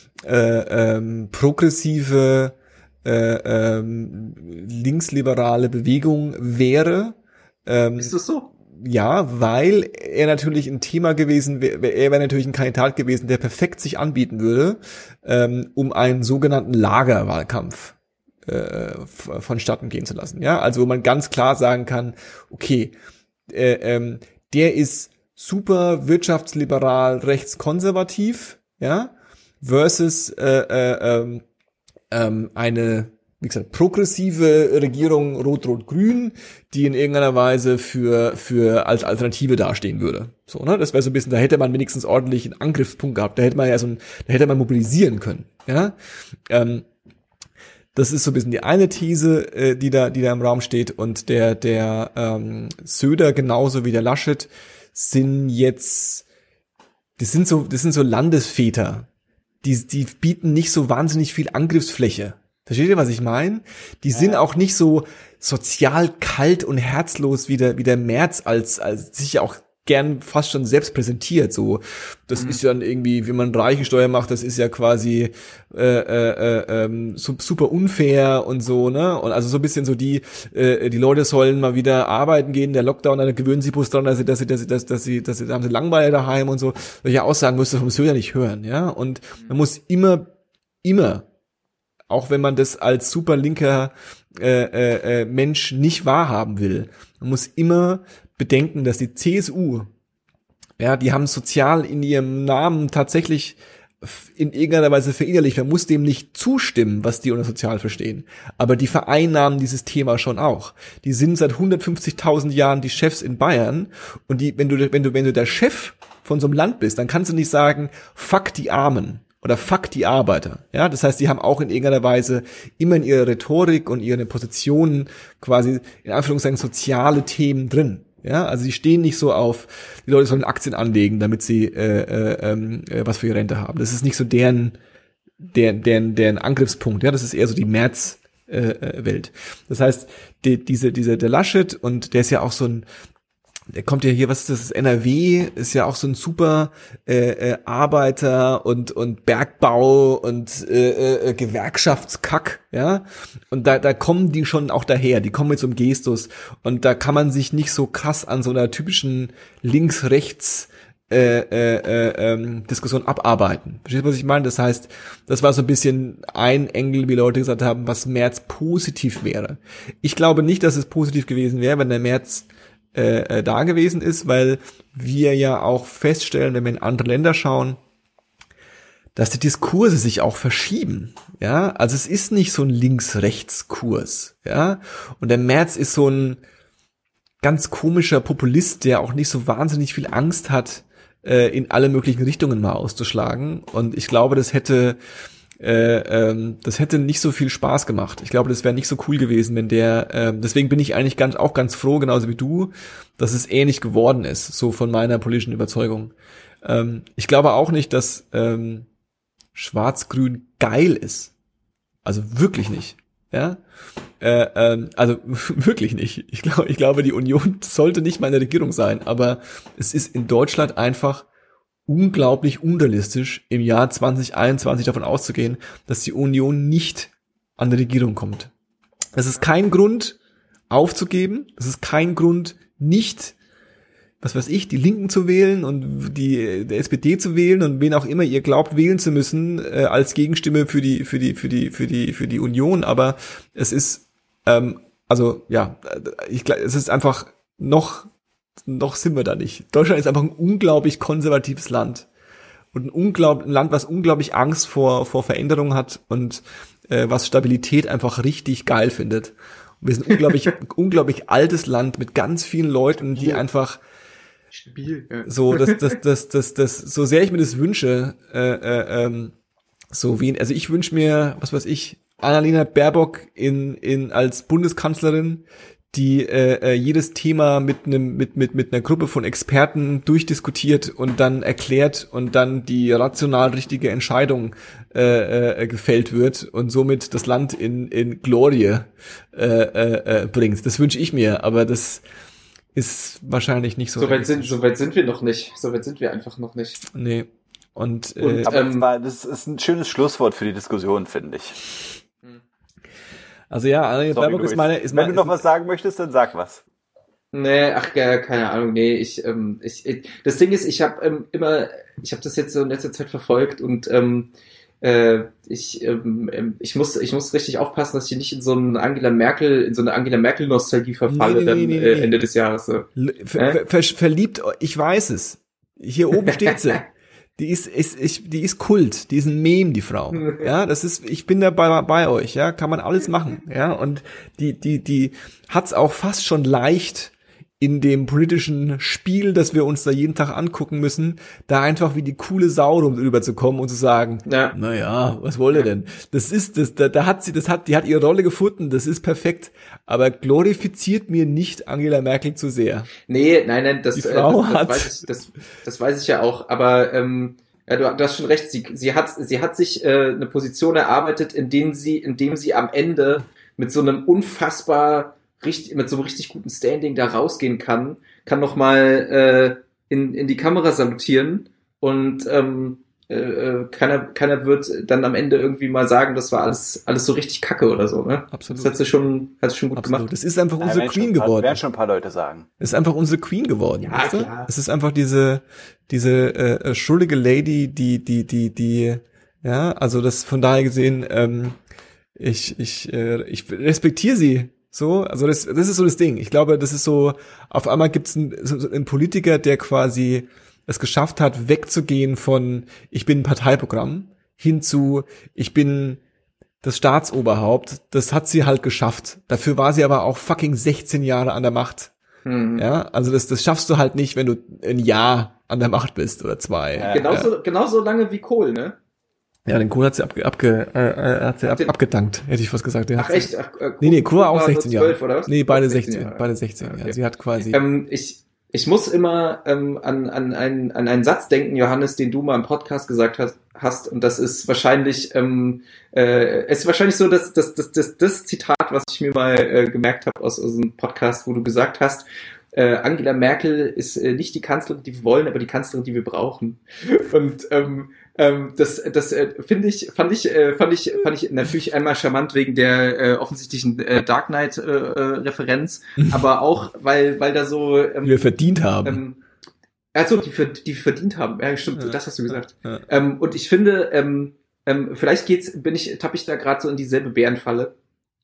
äh, ähm, progressive Äh, ähm, linksliberale Bewegung wäre. Ähm, Ist das so? Ja, weil er natürlich ein Thema gewesen wäre, er wäre natürlich ein Kandidat gewesen, der perfekt sich anbieten würde, ähm, um einen sogenannten Lagerwahlkampf äh, vonstatten gehen zu lassen. Ja, also wo man ganz klar sagen kann, okay, äh, ähm, der ist super wirtschaftsliberal, rechtskonservativ, ja, versus äh, äh, ähm, ähm, eine, wie gesagt, progressive Regierung Rot-Rot-Grün, die in irgendeiner Weise für für als Alternative dastehen würde. So, ne? Das wäre so ein bisschen, da hätte man wenigstens ordentlich einen Angriffspunkt gehabt. Da hätte man ja so ein, da hätte man mobilisieren können. Ja, ähm, das ist so ein bisschen die eine These, äh, die da die da im Raum steht. Und der der ähm, Söder genauso wie der Laschet sind jetzt, das sind so das sind so Landesväter. Die, die bieten nicht so wahnsinnig viel Angriffsfläche. Versteht ihr, was ich meine? Die ja. sind auch nicht so sozial kalt und herzlos wie der, wie der Merz als, als sich auch gern fast schon selbst präsentiert. So, das mhm. ist ja irgendwie, wie man Reichensteuer macht, das ist ja quasi äh, äh, äh, super unfair und so, ne? Und also so ein bisschen so die, äh, die Leute sollen mal wieder arbeiten gehen, der Lockdown, dann gewöhnen sie bloß dran, dass sie, dass sie, dass sie, dass, dass sie, dass sie, da haben sie Langweile daheim und so. Solche Aussagen müsst ihr vom Söder nicht hören, ja? Und man muss immer, immer, auch wenn man das als super linker äh, äh, Mensch nicht wahrhaben will, man muss immer bedenken, dass die C S U, ja, die haben sozial in ihrem Namen tatsächlich in irgendeiner Weise verinnerlicht. Man muss dem nicht zustimmen, was die unter sozial verstehen. Aber die vereinnahmen dieses Thema schon auch. Die sind seit hundertfünfzigtausend Jahren die Chefs in Bayern. Und die, wenn du, wenn du, wenn du der Chef von so einem Land bist, dann kannst du nicht sagen, fuck die Armen oder fuck die Arbeiter. Ja, das heißt, die haben auch in irgendeiner Weise immer in ihrer Rhetorik und ihren Positionen quasi in Anführungszeichen soziale Themen drin. Ja, also sie stehen nicht so auf, die Leute sollen Aktien anlegen, damit sie äh, äh, äh, was für ihre Rente haben. Das ist nicht so deren, deren, deren, deren Angriffspunkt. Ja, das ist eher so die Merz-Welt. Äh, das heißt, die, diese, diese, der Laschet, und der ist ja auch so ein, der kommt ja hier, was ist das, das N R W, ist ja auch so ein super äh, äh, Arbeiter und und Bergbau und äh, äh, Gewerkschaftskack, ja, und da da kommen die schon auch daher, die kommen mit so einem Gestus, und da kann man sich nicht so krass an so einer typischen links-rechts äh, äh, äh, ähm, Diskussion abarbeiten. Verstehst du, was ich meine? Das heißt, das war so ein bisschen ein Engel, wie Leute gesagt haben, was Merz positiv wäre. Ich glaube nicht, dass es positiv gewesen wäre, wenn der Merz Äh, da gewesen ist, weil wir ja auch feststellen, wenn wir in andere Länder schauen, dass die Diskurse sich auch verschieben, ja, also es ist nicht so ein Links-Rechts-Kurs, ja, und der Merz ist so ein ganz komischer Populist, der auch nicht so wahnsinnig viel Angst hat, äh, in alle möglichen Richtungen mal auszuschlagen, und ich glaube, das hätte Äh, ähm, das hätte nicht so viel Spaß gemacht. Ich glaube, das wäre nicht so cool gewesen, wenn der, ähm, deswegen bin ich eigentlich ganz, auch ganz froh, genauso wie du, dass es ähnlich geworden ist, so von meiner politischen Überzeugung. Ähm, ich glaube auch nicht, dass ähm, Schwarz-Grün geil ist. Also wirklich nicht. Ja, äh, ähm, also wirklich nicht. Ich glaube, ich glaube, die Union sollte nicht mal eine Regierung sein, aber es ist in Deutschland einfach unglaublich unrealistisch, im Jahr zwanzig einundzwanzig davon auszugehen, dass die Union nicht an die Regierung kommt. Es ist kein Grund aufzugeben. Es ist kein Grund, nicht, was weiß ich, die Linken zu wählen und die, die S P D zu wählen und wen auch immer ihr glaubt wählen zu müssen äh, als Gegenstimme für die für die für die für die für die Union. Aber es ist ähm, also ja, ich glaube, es ist einfach noch noch sind wir da nicht. Deutschland ist einfach ein unglaublich konservatives Land und ein unglaublich ein Land, was unglaublich Angst vor vor Veränderungen hat und äh, was Stabilität einfach richtig geil findet. Und wir sind ein unglaublich unglaublich altes Land mit ganz vielen Leuten, die einfach Stabil, ja. So, das, das, das, das, das, so sehr ich mir das wünsche, äh, äh, ähm, so wie, also ich wünsche mir, was weiß ich, Annalena Baerbock in, in als Bundeskanzlerin, die äh, jedes Thema mit einem, mit, mit, mit einer Gruppe von Experten durchdiskutiert und dann erklärt und dann die rational richtige Entscheidung äh, äh, gefällt wird und somit das Land in, in Glorie äh, äh, äh, bringt. Das wünsche ich mir, aber das ist wahrscheinlich nicht so. So weit sind, so weit sind wir noch nicht. So weit sind wir einfach noch nicht. Nee. Und, Und äh, Aber ähm, das, war, das ist ein schönes Schlusswort für die Diskussion, finde ich. also ja, Annalena Sorry, Baerbock Luis. ist meine, ist Wenn meine, du noch was sagen möchtest, dann sag was. Nee, ach, ja, keine Ahnung, nee, ich, ähm, ich, ich das Ding ist, ich habe ähm, immer, ich habe das jetzt so in letzter Zeit verfolgt und ähm, äh, ich, ähm, ich muss, ich muss richtig aufpassen, dass ich nicht in so eine Angela Merkel, in so eine Angela Merkel Nostalgie verfalle, Nee, nee, dann nee, nee, äh, nee. Ende des Jahres. So. ver, ver, ver, verliebt, ich weiß es. Hier oben steht sie. Die ist, ist, ich, die ist Kult, die ist ein Meme, die Frau. Ja, das ist, ich bin da bei, bei euch, ja, kann man alles machen, ja, und die, die, die hat's auch fast schon leicht in dem politischen Spiel, das wir uns da jeden Tag angucken müssen, da einfach wie die coole Sau rüberzukommen und zu sagen, Ja. naja, was wollt ihr denn? Das ist, das, da, da hat sie, das hat, die hat ihre Rolle gefunden, das ist perfekt, aber glorifiziert mir nicht Angela Merkel zu sehr. Nee, nein, nein, das, Die äh, Frau das, das, hat- weiß ich, das, das weiß ich ja auch, aber ähm, ja, du, du hast schon recht, sie, sie hat, sie hat sich äh, eine Position erarbeitet, in dem sie, in dem sie am Ende mit so einem unfassbar richtig, mit so einem richtig guten Standing da rausgehen kann, kann noch mal äh, in, in die Kamera salutieren und ähm, äh, keiner, keiner wird dann am Ende irgendwie mal sagen, das war alles, alles so richtig kacke oder so, ne? Absolut. Das hat sie schon, hat sie schon gut Absolut. gemacht. Das ist einfach unsere werden Queen schon, geworden. Werden schon ein paar Leute sagen. Es ist einfach unsere Queen geworden. Ja, weißt du? klar. Es ist einfach diese, diese äh, schuldige Lady, die, die, die, die, ja, also das von daher gesehen, ähm, ich, ich, äh, ich respektiere sie. So, also das, das ist so das Ding. Ich glaube, das ist so, auf einmal gibt es einen, so einen Politiker, der quasi es geschafft hat, wegzugehen von ich bin ein Parteiprogramm hin zu ich bin das Staatsoberhaupt. Das hat sie halt geschafft. Dafür war sie aber auch fucking sechzehn Jahre an der Macht. Hm. Ja, also das, das schaffst du halt nicht, wenn du ein Jahr an der Macht bist oder zwei. Ja. Genauso, genauso lange wie Kohl, ne? Ja, den Kohl hat sie abge, abge, äh, äh, hat sie ab, Den- abgedankt, hätte ich fast gesagt. Der Ach hat sie- echt? Ach, äh, Nee, nee, Kohl auch war sechzehn nur Jahre. zwölf, oder was? Nee, beide Auch sechzehn, Jahre. beide sechzehn. Okay. Ja, sie hat quasi. Ähm, ich, ich muss immer ähm, an, an, einen, an einen Satz denken, Johannes, den du mal im Podcast gesagt hast, hast und das ist wahrscheinlich, ähm, äh, es ist wahrscheinlich so, dass das, das, das, das Zitat, was ich mir mal äh, gemerkt habe aus, aus einem Podcast, wo du gesagt hast, äh, Angela Merkel ist äh, nicht die Kanzlerin, die wir wollen, aber die Kanzlerin, die wir brauchen. Und ähm, ähm, das, das äh, finde ich, fand ich, äh, fand ich, fand ich natürlich einmal charmant wegen der äh, offensichtlichen äh, Dark Knight äh, äh, Referenz, aber auch weil, weil da so ähm, die wir verdient haben. ähm, also die, ver- die verdient haben. Ja, stimmt, Ja. das hast du gesagt. Ja. Ähm, und ich finde, ähm, ähm, vielleicht geht's, bin ich, tappe ich da gerade so in dieselbe Bärenfalle,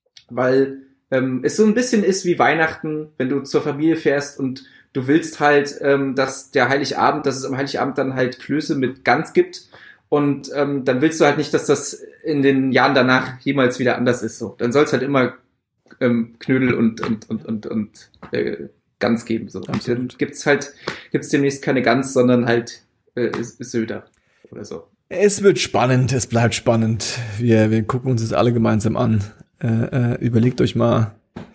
weil ähm, es so ein bisschen ist wie Weihnachten, wenn du zur Familie fährst und du willst halt, ähm, dass der Heiligabend, dass es am Heiligabend dann halt Klöße mit Gans gibt und ähm, dann willst du halt nicht, dass das in den Jahren danach jemals wieder anders ist. So, dann soll es halt immer ähm, Knödel und und und und und äh, Gans geben. So, und dann Absolut. gibt's halt gibt's demnächst keine Gans, sondern halt äh, Söder oder so. Es wird spannend, es bleibt spannend. Wir, wir gucken uns das alle gemeinsam an. Äh, äh, überlegt euch mal,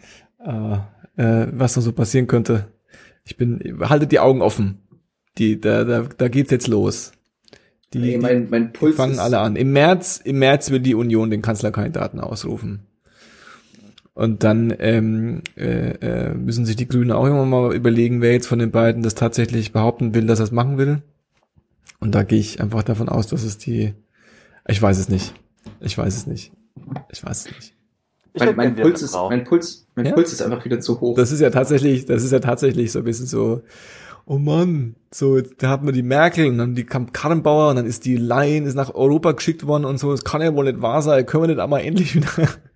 äh, äh, was noch so passieren könnte. Ich bin, haltet die Augen offen. Die, da, da, da geht's jetzt los. Die, Nee, die, mein mein die Puls fangen ist, alle an. Im März, im März will die Union den Kanzlerkandidaten ausrufen. Und dann ähm, äh, äh, müssen sich die Grünen auch immer mal überlegen, wer jetzt von den beiden das tatsächlich behaupten will, dass er es machen will. Und da gehe ich einfach davon aus, dass es die, ich weiß es nicht. Ich weiß es nicht. Ich weiß es nicht. Ich mein, hätte mein gern wieder Puls eine ist, Frau. mein Puls, mein Ja? Puls ist einfach wieder zu hoch. Das ist ja tatsächlich, das ist ja tatsächlich so ein bisschen so, oh Mann, so, da hat man die Merkel und dann die kam Karrenbauer und dann ist die Leyen, ist nach Europa geschickt worden und so, das kann ja wohl nicht wahr sein, können wir nicht einmal endlich wieder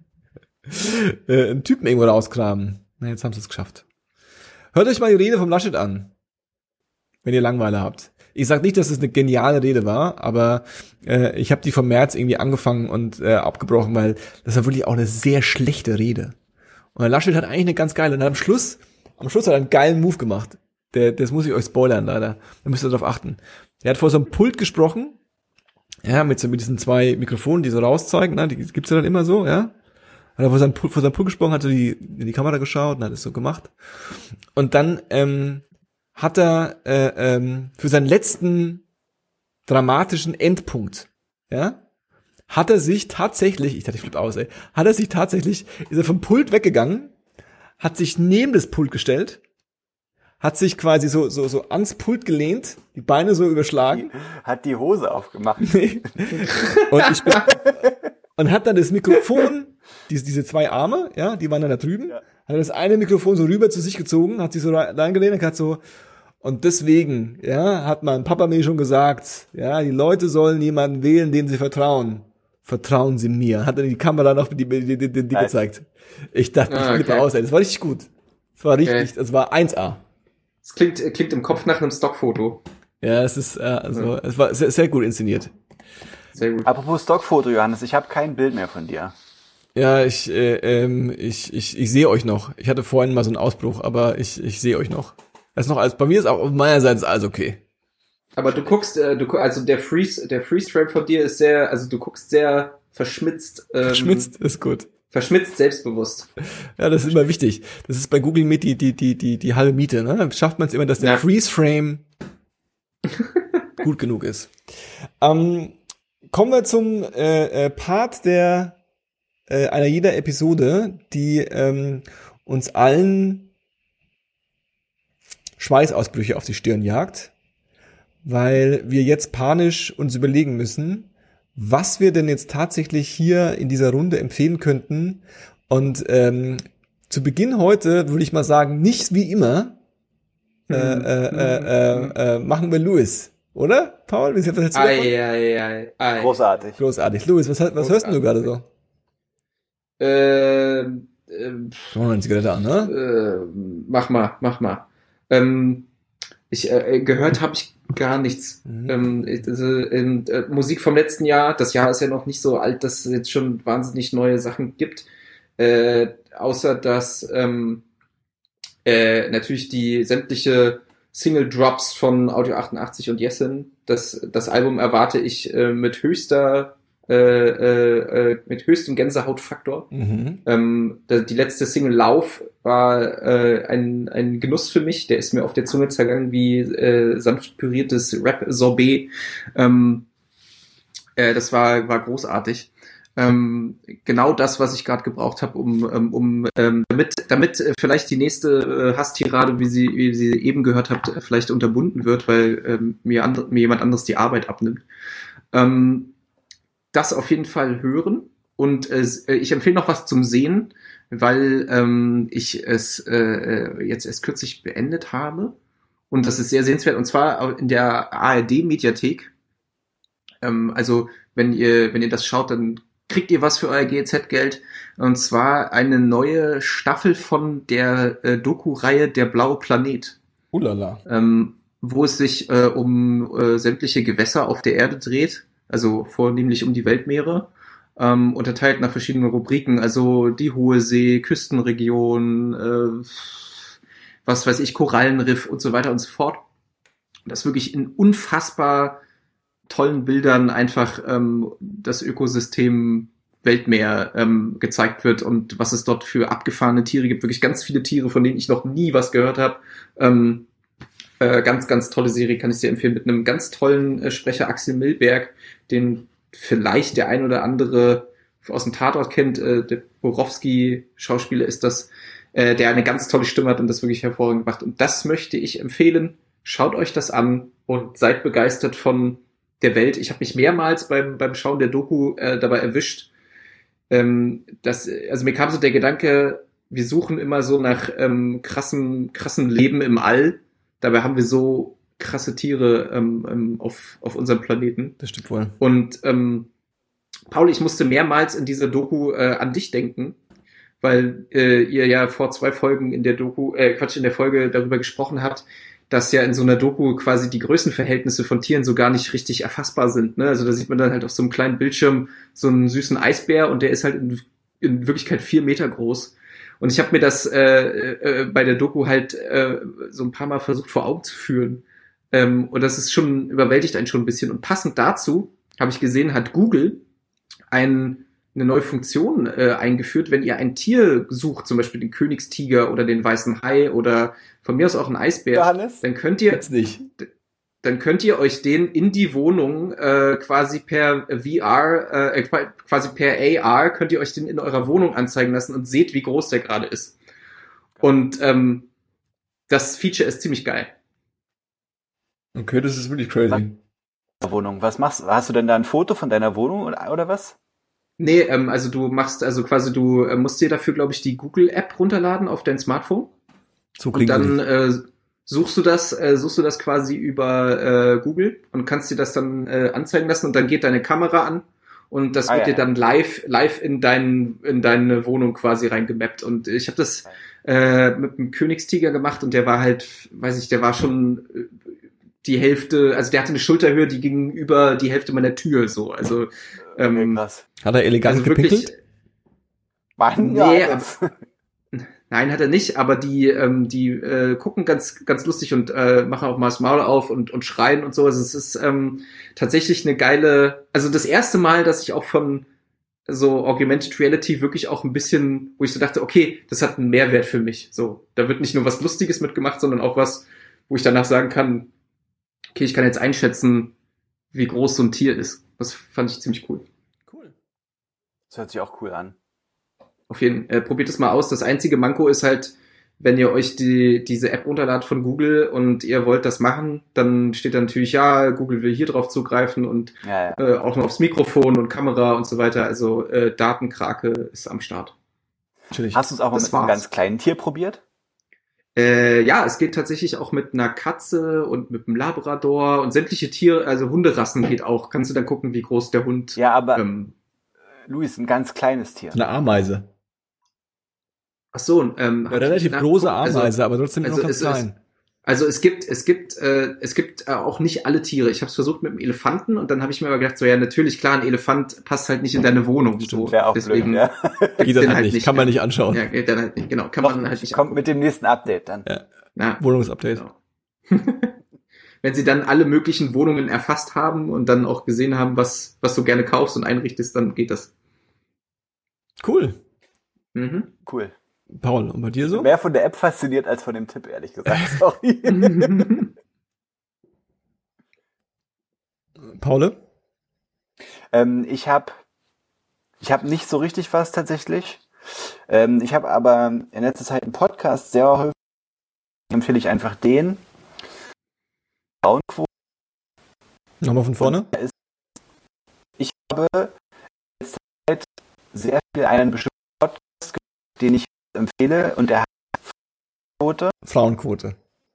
äh, einen Typen irgendwo rauskramen. Na, jetzt haben sie es geschafft. Hört euch mal die Rede vom Laschet an, wenn ihr Langeweile habt. Ich sag nicht, dass es eine geniale Rede war, aber äh, ich habe die vom März irgendwie angefangen und äh, abgebrochen, weil das war wirklich auch eine sehr schlechte Rede. Und der Laschet hat eigentlich eine ganz geile. Und dann am Schluss, am Schluss hat er einen geilen Move gemacht. Der, das muss ich euch spoilern, leider. Da müsst ihr drauf achten. Er hat vor so einem Pult gesprochen, ja, mit so mit diesen zwei Mikrofonen, die so rauszeigen, ne, die gibt's ja dann immer so, ja. Hat er vor seinem Pult, vor seinem Pult gesprochen, hat so die, in die Kamera geschaut und hat es so gemacht. Und dann ähm, hat er äh, ähm, für seinen letzten dramatischen Endpunkt, ja, hat er sich tatsächlich, ich dachte, ich flippe aus, ey, hat er sich tatsächlich, ist er vom Pult weggegangen, hat sich neben das Pult gestellt, hat sich quasi so so so ans Pult gelehnt, die Beine so überschlagen. Hat die Hose aufgemacht. und ich bin, und hat dann das Mikrofon, diese, diese zwei Arme, ja, die waren dann da drüben, ja. Hat das eine Mikrofon so rüber zu sich gezogen, hat sich so reingelehnt und hat so, und deswegen, ja, hat mein Papa mir schon gesagt, ja, die Leute sollen jemanden wählen, dem sie vertrauen. Vertrauen Sie mir. Hat dann die Kamera noch die, die, die, die, die nice. gezeigt. Ich dachte, ich flippe ah, okay. aus, ey. Das war richtig gut. Das war richtig, okay. Das war eins A. Es klingt, klingt im Kopf nach einem Stockfoto. Ja, es ist, äh, also, ja. Es war sehr, sehr gut inszeniert. Sehr gut. Apropos Stockfoto, Johannes, ich habe kein Bild mehr von dir. Ja, ich, äh, ähm, ich, ich, ich sehe euch noch. Ich hatte vorhin mal so einen Ausbruch, aber ich, ich sehe euch noch. Das ist noch alles, bei mir ist auch auf meiner Seite alles okay. Aber du guckst, äh, du also der Freeze, der Freeze-Frame von dir ist sehr, also du guckst sehr verschmitzt. Ähm, verschmitzt ist gut. Verschmitzt, selbstbewusst. Ja, das ist immer wichtig. Das ist bei Google mit die die die die die halbe Miete. Ne? Dann schafft man es immer, dass der ja. Freeze-Frame gut genug ist. Ähm, kommen wir zum äh, äh, Part der äh, einer jeder Episode, die ähm, uns allen Schweißausbrüche auf die Stirn jagt, weil wir jetzt panisch uns überlegen müssen, was wir denn jetzt tatsächlich hier in dieser Runde empfehlen könnten. Und ähm, zu Beginn heute würde ich mal sagen, nicht wie immer äh, äh, äh, äh, äh, machen wir Louis, oder? Paul, wie ist das jetzt? Ei, ei, ei, ei. Großartig. Großartig. Louis, was, was Großartig. hörst du gerade so? Ähm, ähm, Schau mal eine Zigarette an, ne? Äh, mach mal, mach mal. Ähm, ich äh, gehört habe ich gar nichts. Mhm. Ähm, also, ähm, äh, Musik vom letzten Jahr, das Jahr ist ja noch nicht so alt, dass es jetzt schon wahnsinnig neue Sachen gibt. Äh, außer dass ähm, äh, natürlich die sämtliche Single-Drops von Audio achtundachtzig und Jessin, das, das Album erwarte ich äh, mit höchster Äh, äh, mit höchstem Gänsehautfaktor. Mhm. Ähm, die letzte Single Lauf war äh, ein, ein Genuss für mich, der ist mir auf der Zunge zergangen wie äh, sanft püriertes Rap-Sorbet. Ähm, äh, das war, war großartig. Ähm, genau das, was ich gerade gebraucht habe, um, um, um ähm, damit, damit vielleicht die nächste äh, Hasstirade, wie sie, wie sie eben gehört habt, vielleicht unterbunden wird, weil ähm, mir, andre, mir jemand anderes die Arbeit abnimmt. Ähm, Das auf jeden Fall hören und äh, ich empfehle noch was zum Sehen, weil ähm, ich es äh, jetzt erst kürzlich beendet habe und das ist sehr sehenswert und zwar in der A R D-Mediathek. Ähm, also wenn ihr wenn ihr das schaut, dann kriegt ihr was für euer G E Z-Geld und zwar eine neue Staffel von der äh, Doku-Reihe Der blaue Planet. Ulala. Ähm, wo es sich äh, um äh, sämtliche Gewässer auf der Erde dreht. Also vornehmlich um die Weltmeere, ähm, unterteilt nach verschiedenen Rubriken, also die Hohe See, Küstenregion, äh, was weiß ich, Korallenriff und so weiter und so fort. Das wirklich in unfassbar tollen Bildern einfach ähm, das Ökosystem Weltmeer ähm, gezeigt wird und was es dort für abgefahrene Tiere gibt. Wirklich ganz viele Tiere, von denen ich noch nie was gehört habe. Ähm, Äh, ganz, ganz tolle Serie, kann ich dir empfehlen, mit einem ganz tollen äh, Sprecher Axel Milberg, den vielleicht der ein oder andere aus dem Tatort kennt, äh, der Borowski-Schauspieler ist das, äh, der eine ganz tolle Stimme hat und das wirklich hervorragend macht. Und das möchte ich empfehlen. Schaut euch das an und seid begeistert von der Welt. Ich habe mich mehrmals beim beim Schauen der Doku äh, dabei erwischt, ähm, das, also mir kam so der Gedanke, wir suchen immer so nach ähm, krassen, krassen Leben im All. Dabei haben wir so krasse Tiere ähm, ähm, auf, auf unserem Planeten. Das stimmt wohl. Und ähm, Paul, ich musste mehrmals in dieser Doku äh, an dich denken, weil äh, ihr ja vor zwei Folgen in der Doku, äh, Quatsch, in der Folge darüber gesprochen habt, dass ja in so einer Doku quasi die Größenverhältnisse von Tieren so gar nicht richtig erfassbar sind. Ne? Also da sieht man dann halt auf so einem kleinen Bildschirm so einen süßen Eisbär und der ist halt in, in Wirklichkeit vier Meter groß. Und ich habe mir das äh, äh, bei der Doku halt äh, so ein paar Mal versucht vor Augen zu führen. Ähm, und das ist schon, überwältigt einen schon ein bisschen. Und passend dazu, habe ich gesehen, hat Google ein eine neue Funktion äh, eingeführt, wenn ihr ein Tier sucht, zum Beispiel den Königstiger oder den weißen Hai oder von mir aus auch einen Eisbär, Johannes? dann könnt ihr Jetzt nicht. dann könnt ihr euch den in die Wohnung äh, quasi per V R, äh, quasi per A R, könnt ihr euch den in eurer Wohnung anzeigen lassen und seht, wie groß der gerade ist. Und ähm, das Feature ist ziemlich geil. Okay, das ist wirklich crazy. Wohnung. Was machst du? Hast du denn da ein Foto von deiner Wohnung oder, oder was? Nee, ähm, also du machst, also quasi du äh, musst dir dafür, glaube ich, die Google-App runterladen auf dein Smartphone. So und dann äh, suchst du das, äh, suchst du das quasi über äh, Google und kannst dir das dann äh, anzeigen lassen und dann geht deine Kamera an und das ah, wird ja, dir dann live, live in dein, in deine Wohnung quasi reingemappt. Und ich habe das äh, mit einem Königstiger gemacht und der war halt, weiß ich, der war schon äh, die Hälfte, also der hatte eine Schulterhöhe, die ging über die Hälfte meiner Tür, so, also ähm, krass. Hat er elegant also wirklich, gepinkelt? Mann, nee, ja, nein, hat er nicht, aber die, ähm, die äh, gucken ganz, ganz lustig und äh, machen auch mal das Maul auf und, und schreien und so. Also es ist ähm, tatsächlich eine geile, also das erste Mal, dass ich auch von so Augmented Reality wirklich auch ein bisschen, wo ich so dachte, okay, das hat einen Mehrwert für mich. So, da wird nicht nur was Lustiges mitgemacht, sondern auch was, wo ich danach sagen kann, okay, ich kann jetzt einschätzen, wie groß so ein Tier ist. Das fand ich ziemlich cool. Cool. Das hört sich auch cool an. Auf jeden Fall, äh, probiert es mal aus. Das einzige Manko ist halt, wenn ihr euch die diese App runterladet von Google und ihr wollt das machen, dann steht da natürlich, ja, Google will hier drauf zugreifen und Ja, ja. äh, auch noch aufs Mikrofon und Kamera und so weiter. Also äh, Datenkrake ist am Start. Natürlich. Hast du es auch mal Das mit einem war's. ganz kleinen Tier probiert? Äh, ja, es geht tatsächlich auch mit einer Katze und mit einem Labrador und sämtliche Tiere, also Hunderassen geht auch. Kannst du dann gucken, wie groß der Hund. Ja, aber Ähm, Luis, ein ganz kleines Tier. Eine Ameise. ach so, ähm, Eine relativ na, große guck, also- Ameise, aber trotzdem also noch ganz es ist- klein. Also es gibt, es gibt, äh, es gibt äh, auch nicht alle Tiere. Ich habe es versucht mit einem Elefanten und dann habe ich mir aber gedacht, so ja, natürlich, klar, ein Elefant passt halt nicht in deine Wohnung. So, Wäre auch deswegen blöd, ja. Geht den dann halt nicht, nicht, kann man ja. nicht anschauen. Ja, geht dann halt nicht, genau, kann Noch man halt nicht. nicht. Kommt mit dem nächsten Update dann. Ja. Na, Wohnungsupdate. genau. Wenn sie dann alle möglichen Wohnungen erfasst haben und dann auch gesehen haben, was, was du gerne kaufst und einrichtest, dann geht das. Cool. Mhm. Cool. Paul, und bei dir so? Mehr von der App fasziniert als von dem Tipp, ehrlich gesagt. Sorry. Paul? ähm, ich habe ich hab nicht so richtig was tatsächlich. Ähm, ich habe aber in letzter Zeit einen Podcast sehr häufig. Empfehle ich einfach den. Frauenquote. Nochmal von vorne? Ich habe in letzter Zeit sehr viel einen bestimmten Podcast, den ich empfehle, und der heißt Frauenquote. Frauenquote.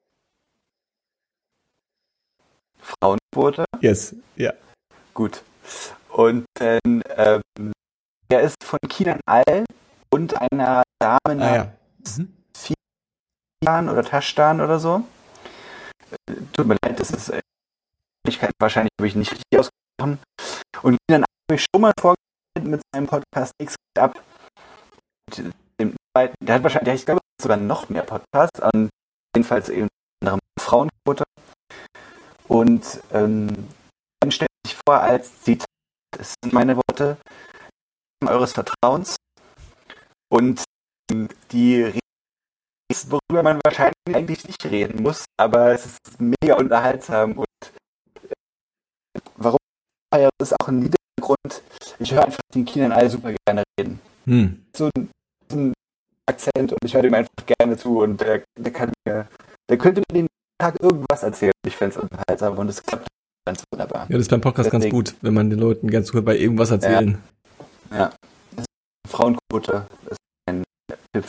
Frauenquote. Yes, ja. Gut. Und ähm, ähm, der ist von Kinan All und einer Dame Ah nach ja. Mhm. Jahren oder Taschtan oder so. Äh, Tut mir leid, das ist äh, wahrscheinlich habe ich nicht richtig ausgesprochen. Und Kinan All habe ich schon mal vorgestellt mit seinem Podcast X ab. Dem zweiten, der hat wahrscheinlich, der, ich glaube, sogar noch mehr Podcasts, an jedenfalls eben andere Frauenquote. Und ähm, dann stellt sich vor als Zitat, das sind meine Worte, eures Vertrauens, und ähm, die Rede ist, worüber man wahrscheinlich eigentlich nicht reden muss, aber es ist mega unterhaltsam und äh, warum das ist auch ein Niedergrund. Ich höre einfach den Kinan All super gerne reden. Hm. So ein, so ein Akzent und ich höre dem einfach gerne zu und der, der kann mir, der könnte mir den Tag irgendwas erzählen. Ich fände es unterhaltsam und es klappt ganz wunderbar. Ja, das ist beim Podcast Deswegen. ganz gut, wenn man den Leuten ganz gut bei irgendwas erzählen. Ja. Butter. Das ist ein Tipp.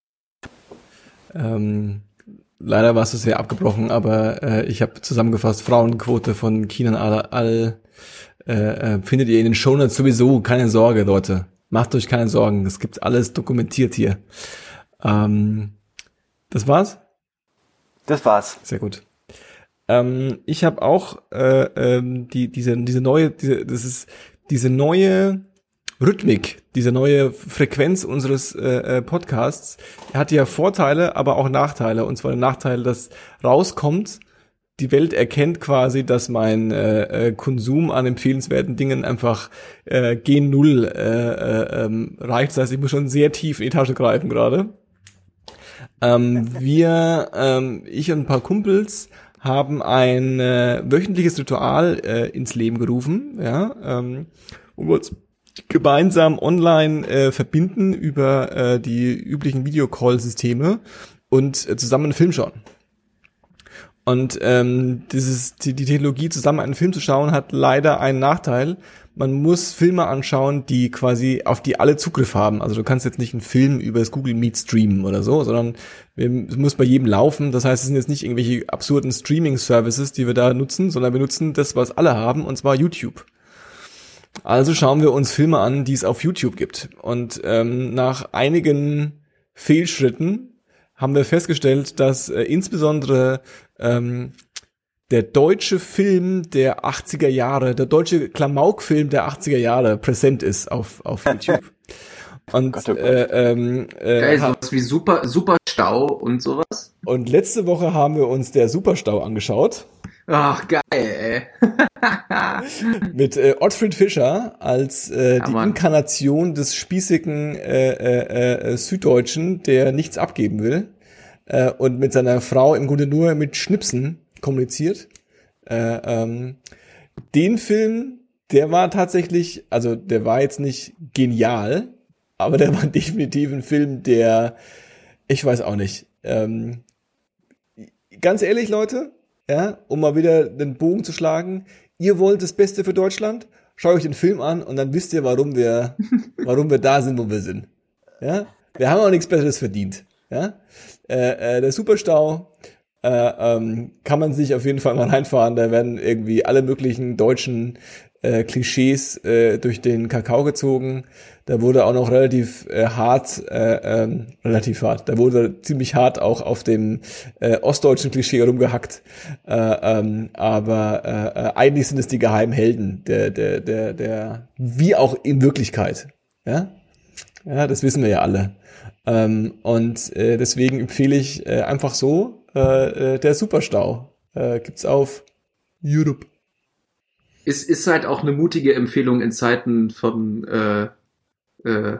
Ähm, leider warst du sehr abgebrochen, aber äh, ich habe zusammengefasst, Frauenquote von Kenan Al, Al äh, äh, findet ihr in den Shownotes sowieso, keine Sorge, Leute. Macht euch keine Sorgen, es gibt alles dokumentiert hier. Ähm, das war's? Das war's. Sehr gut. Ähm, ich habe auch äh, ähm, die diese diese neue diese das ist diese neue Rhythmik, diese neue Frequenz unseres äh, Podcasts hat ja Vorteile, aber auch Nachteile. Und zwar der Nachteil, dass rauskommt, die Welt erkennt quasi, dass mein äh, Konsum an empfehlenswerten Dingen einfach äh, Gen Null äh, äh, reicht. Das heißt, ich muss schon sehr tief in die Tasche greifen gerade. Ähm, wir, ähm, ich und ein paar Kumpels haben ein äh, wöchentliches Ritual äh, ins Leben gerufen, ja, ähm, wo wir uns gemeinsam online äh, verbinden über äh, die üblichen Videocall-Systeme und äh, zusammen einen Film schauen. Und ähm, dieses die, die Technologie, zusammen einen Film zu schauen, hat leider einen Nachteil. Man muss Filme anschauen, die quasi auf die alle Zugriff haben. Also du kannst jetzt nicht einen Film über das Google Meet streamen oder so, sondern es muss bei jedem laufen. Das heißt, es sind jetzt nicht irgendwelche absurden Streaming-Services, die wir da nutzen, sondern wir nutzen das, was alle haben, und zwar YouTube. Also schauen wir uns Filme an, die es auf YouTube gibt. Und ähm, nach einigen Fehlschritten haben wir festgestellt, dass äh, insbesondere ähm, der deutsche Film der achtziger Jahre, der deutsche Klamauk-Film der achtziger Jahre präsent ist auf auf YouTube. Und Gott, oh Gott. Äh, ähm, äh, Geil, sowas wie Super, Superstau und sowas. Und letzte Woche haben wir uns der Superstau angeschaut. Ach, geil, ey. Mit äh, Ottfried Fischer als äh, Ja, die Mann. Inkarnation des spießigen äh, äh, äh, Süddeutschen, der nichts abgeben will äh, und mit seiner Frau im Grunde nur mit Schnipsen kommuniziert. Äh, ähm, den Film, der war tatsächlich, also der war jetzt nicht genial, aber der war definitiv ein Film, der, ich weiß auch nicht, ähm, ganz ehrlich, Leute, ja, um mal wieder den Bogen zu schlagen, ihr wollt das Beste für Deutschland, schaut euch den Film an und dann wisst ihr, warum wir, warum wir da sind, wo wir sind. Ja, wir haben auch nichts Besseres verdient. Ja, äh, äh, der Superstau äh, ähm, kann man sich auf jeden Fall mal reinfahren. Da werden irgendwie alle möglichen deutschen äh, Klischees äh, durch den Kakao gezogen. Da wurde auch noch relativ äh, hart, äh, ähm, relativ hart, da wurde ziemlich hart auch auf dem äh, ostdeutschen Klischee rumgehackt. Äh, ähm, aber äh, äh, eigentlich sind es die geheimen Helden, der, der, der, der, wie auch in Wirklichkeit. Ja, ja, das wissen wir ja alle. Ähm, und äh, deswegen empfehle ich äh, einfach so, äh, äh, der Superstau äh, gibt's auf YouTube. Ist, ist halt auch eine mutige Empfehlung in Zeiten von äh, äh,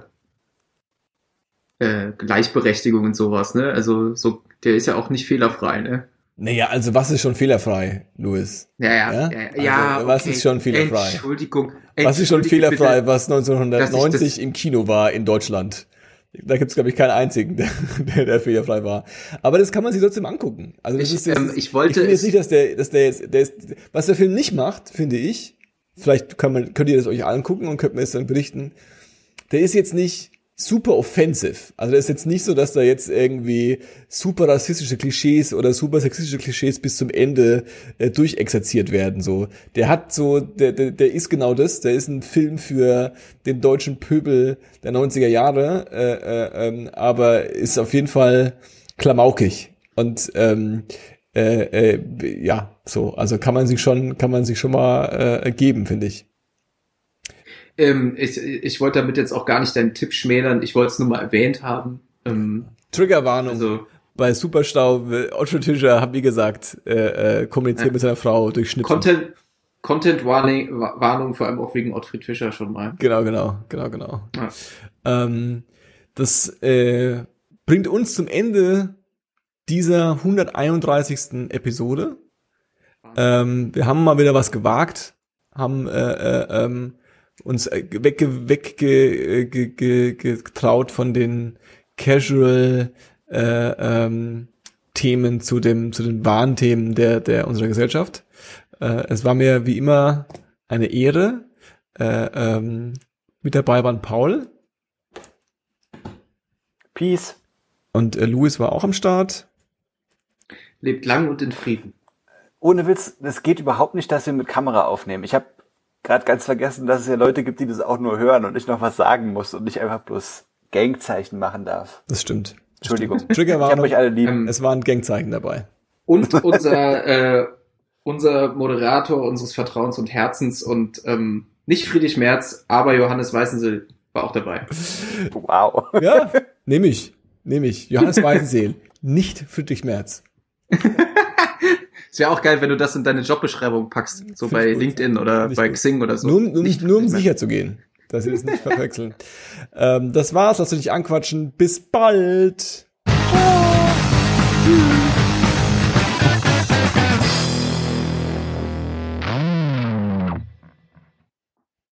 äh, Gleichberechtigung und sowas, ne? Also so, der ist ja auch nicht fehlerfrei, ne? Naja, also was ist schon fehlerfrei, Louis? Ja, ja, Ja? ja, Also, ja was okay. ist schon fehlerfrei? Entschuldigung. Was ist schon Entschuldige fehlerfrei, bitte, was neunzehnhundertneunzig dass ich das- im Kino war in Deutschland? Da gibt's, glaube ich, keinen einzigen, der, der, der fehlerfrei war. Aber das kann man sich trotzdem angucken. Also das Ich, ist, das ähm, ist, ich wollte ich finde jetzt es- nicht, dass der, dass der jetzt, der ist, was der Film nicht macht, finde ich, vielleicht kann man, könnt ihr das euch angucken und könnt mir das dann berichten, der ist jetzt nicht super offensive. Also das ist jetzt nicht so, dass da jetzt irgendwie super rassistische Klischees oder super sexistische Klischees bis zum Ende äh, durchexerziert werden. So, der hat so, der, der, der ist genau das. Der ist ein Film für den deutschen Pöbel der neunziger Jahre, äh, äh, ähm, aber ist auf jeden Fall klamaukig und ähm, äh, äh, ja, so. Also kann man sich schon, kann man sich schon mal äh, geben, finde ich. Ähm, ich, ich wollte damit jetzt auch gar nicht deinen Tipp schmälern, ich wollte es nur mal erwähnt haben. Ähm, Triggerwarnung. also, Bei Superstau, Ottfried Fischer hat, wie gesagt, äh, äh, kommuniziert Ja. mit seiner Frau durch Schnipsen. Content, Content Warning, Warnung, vor allem auch wegen Ottfried Fischer schon mal. Genau, genau, genau, genau. Ja. Ähm, das äh, bringt uns zum Ende dieser hunderteinunddreißigsten Episode. Ähm, wir haben mal wieder was gewagt, haben äh, äh, ähm, uns wegge wegge ge ge getraut von den Casual äh, ähm, Themen zu dem zu den wahren Themen der der unserer Gesellschaft. Äh, es war mir wie immer eine Ehre. Äh, ähm, mit dabei waren Paul. Peace. Und äh, Louis war auch am Start. Lebt lang und in Frieden. Ohne Witz, es geht überhaupt nicht, dass wir mit Kamera aufnehmen. Ich habe gerade ganz vergessen, dass es ja Leute gibt, die das auch nur hören und ich noch was sagen muss und nicht einfach bloß Gangzeichen machen darf. Das stimmt. Entschuldigung. Stimmt. Triggerwarnung. Ich hab euch alle lieb. Ähm, Es waren Gangzeichen dabei. Und unser, äh, unser Moderator unseres Vertrauens und Herzens und ähm, nicht Friedrich Merz, aber Johannes Weißenseel war auch dabei. Wow. Ja, nehme ich. Nehme ich. Johannes Weißenseel. Nicht Friedrich Merz. Es wäre auch geil, wenn du das in deine Jobbeschreibung packst, so bei LinkedIn oder bei Xing oder so. Nur, nur, Nicht nur um Friedrich sicher zu gehen, dass sie das nicht verwechseln. ähm, das war's, lass dich nicht anquatschen. Bis bald. Ciao. Tschüss.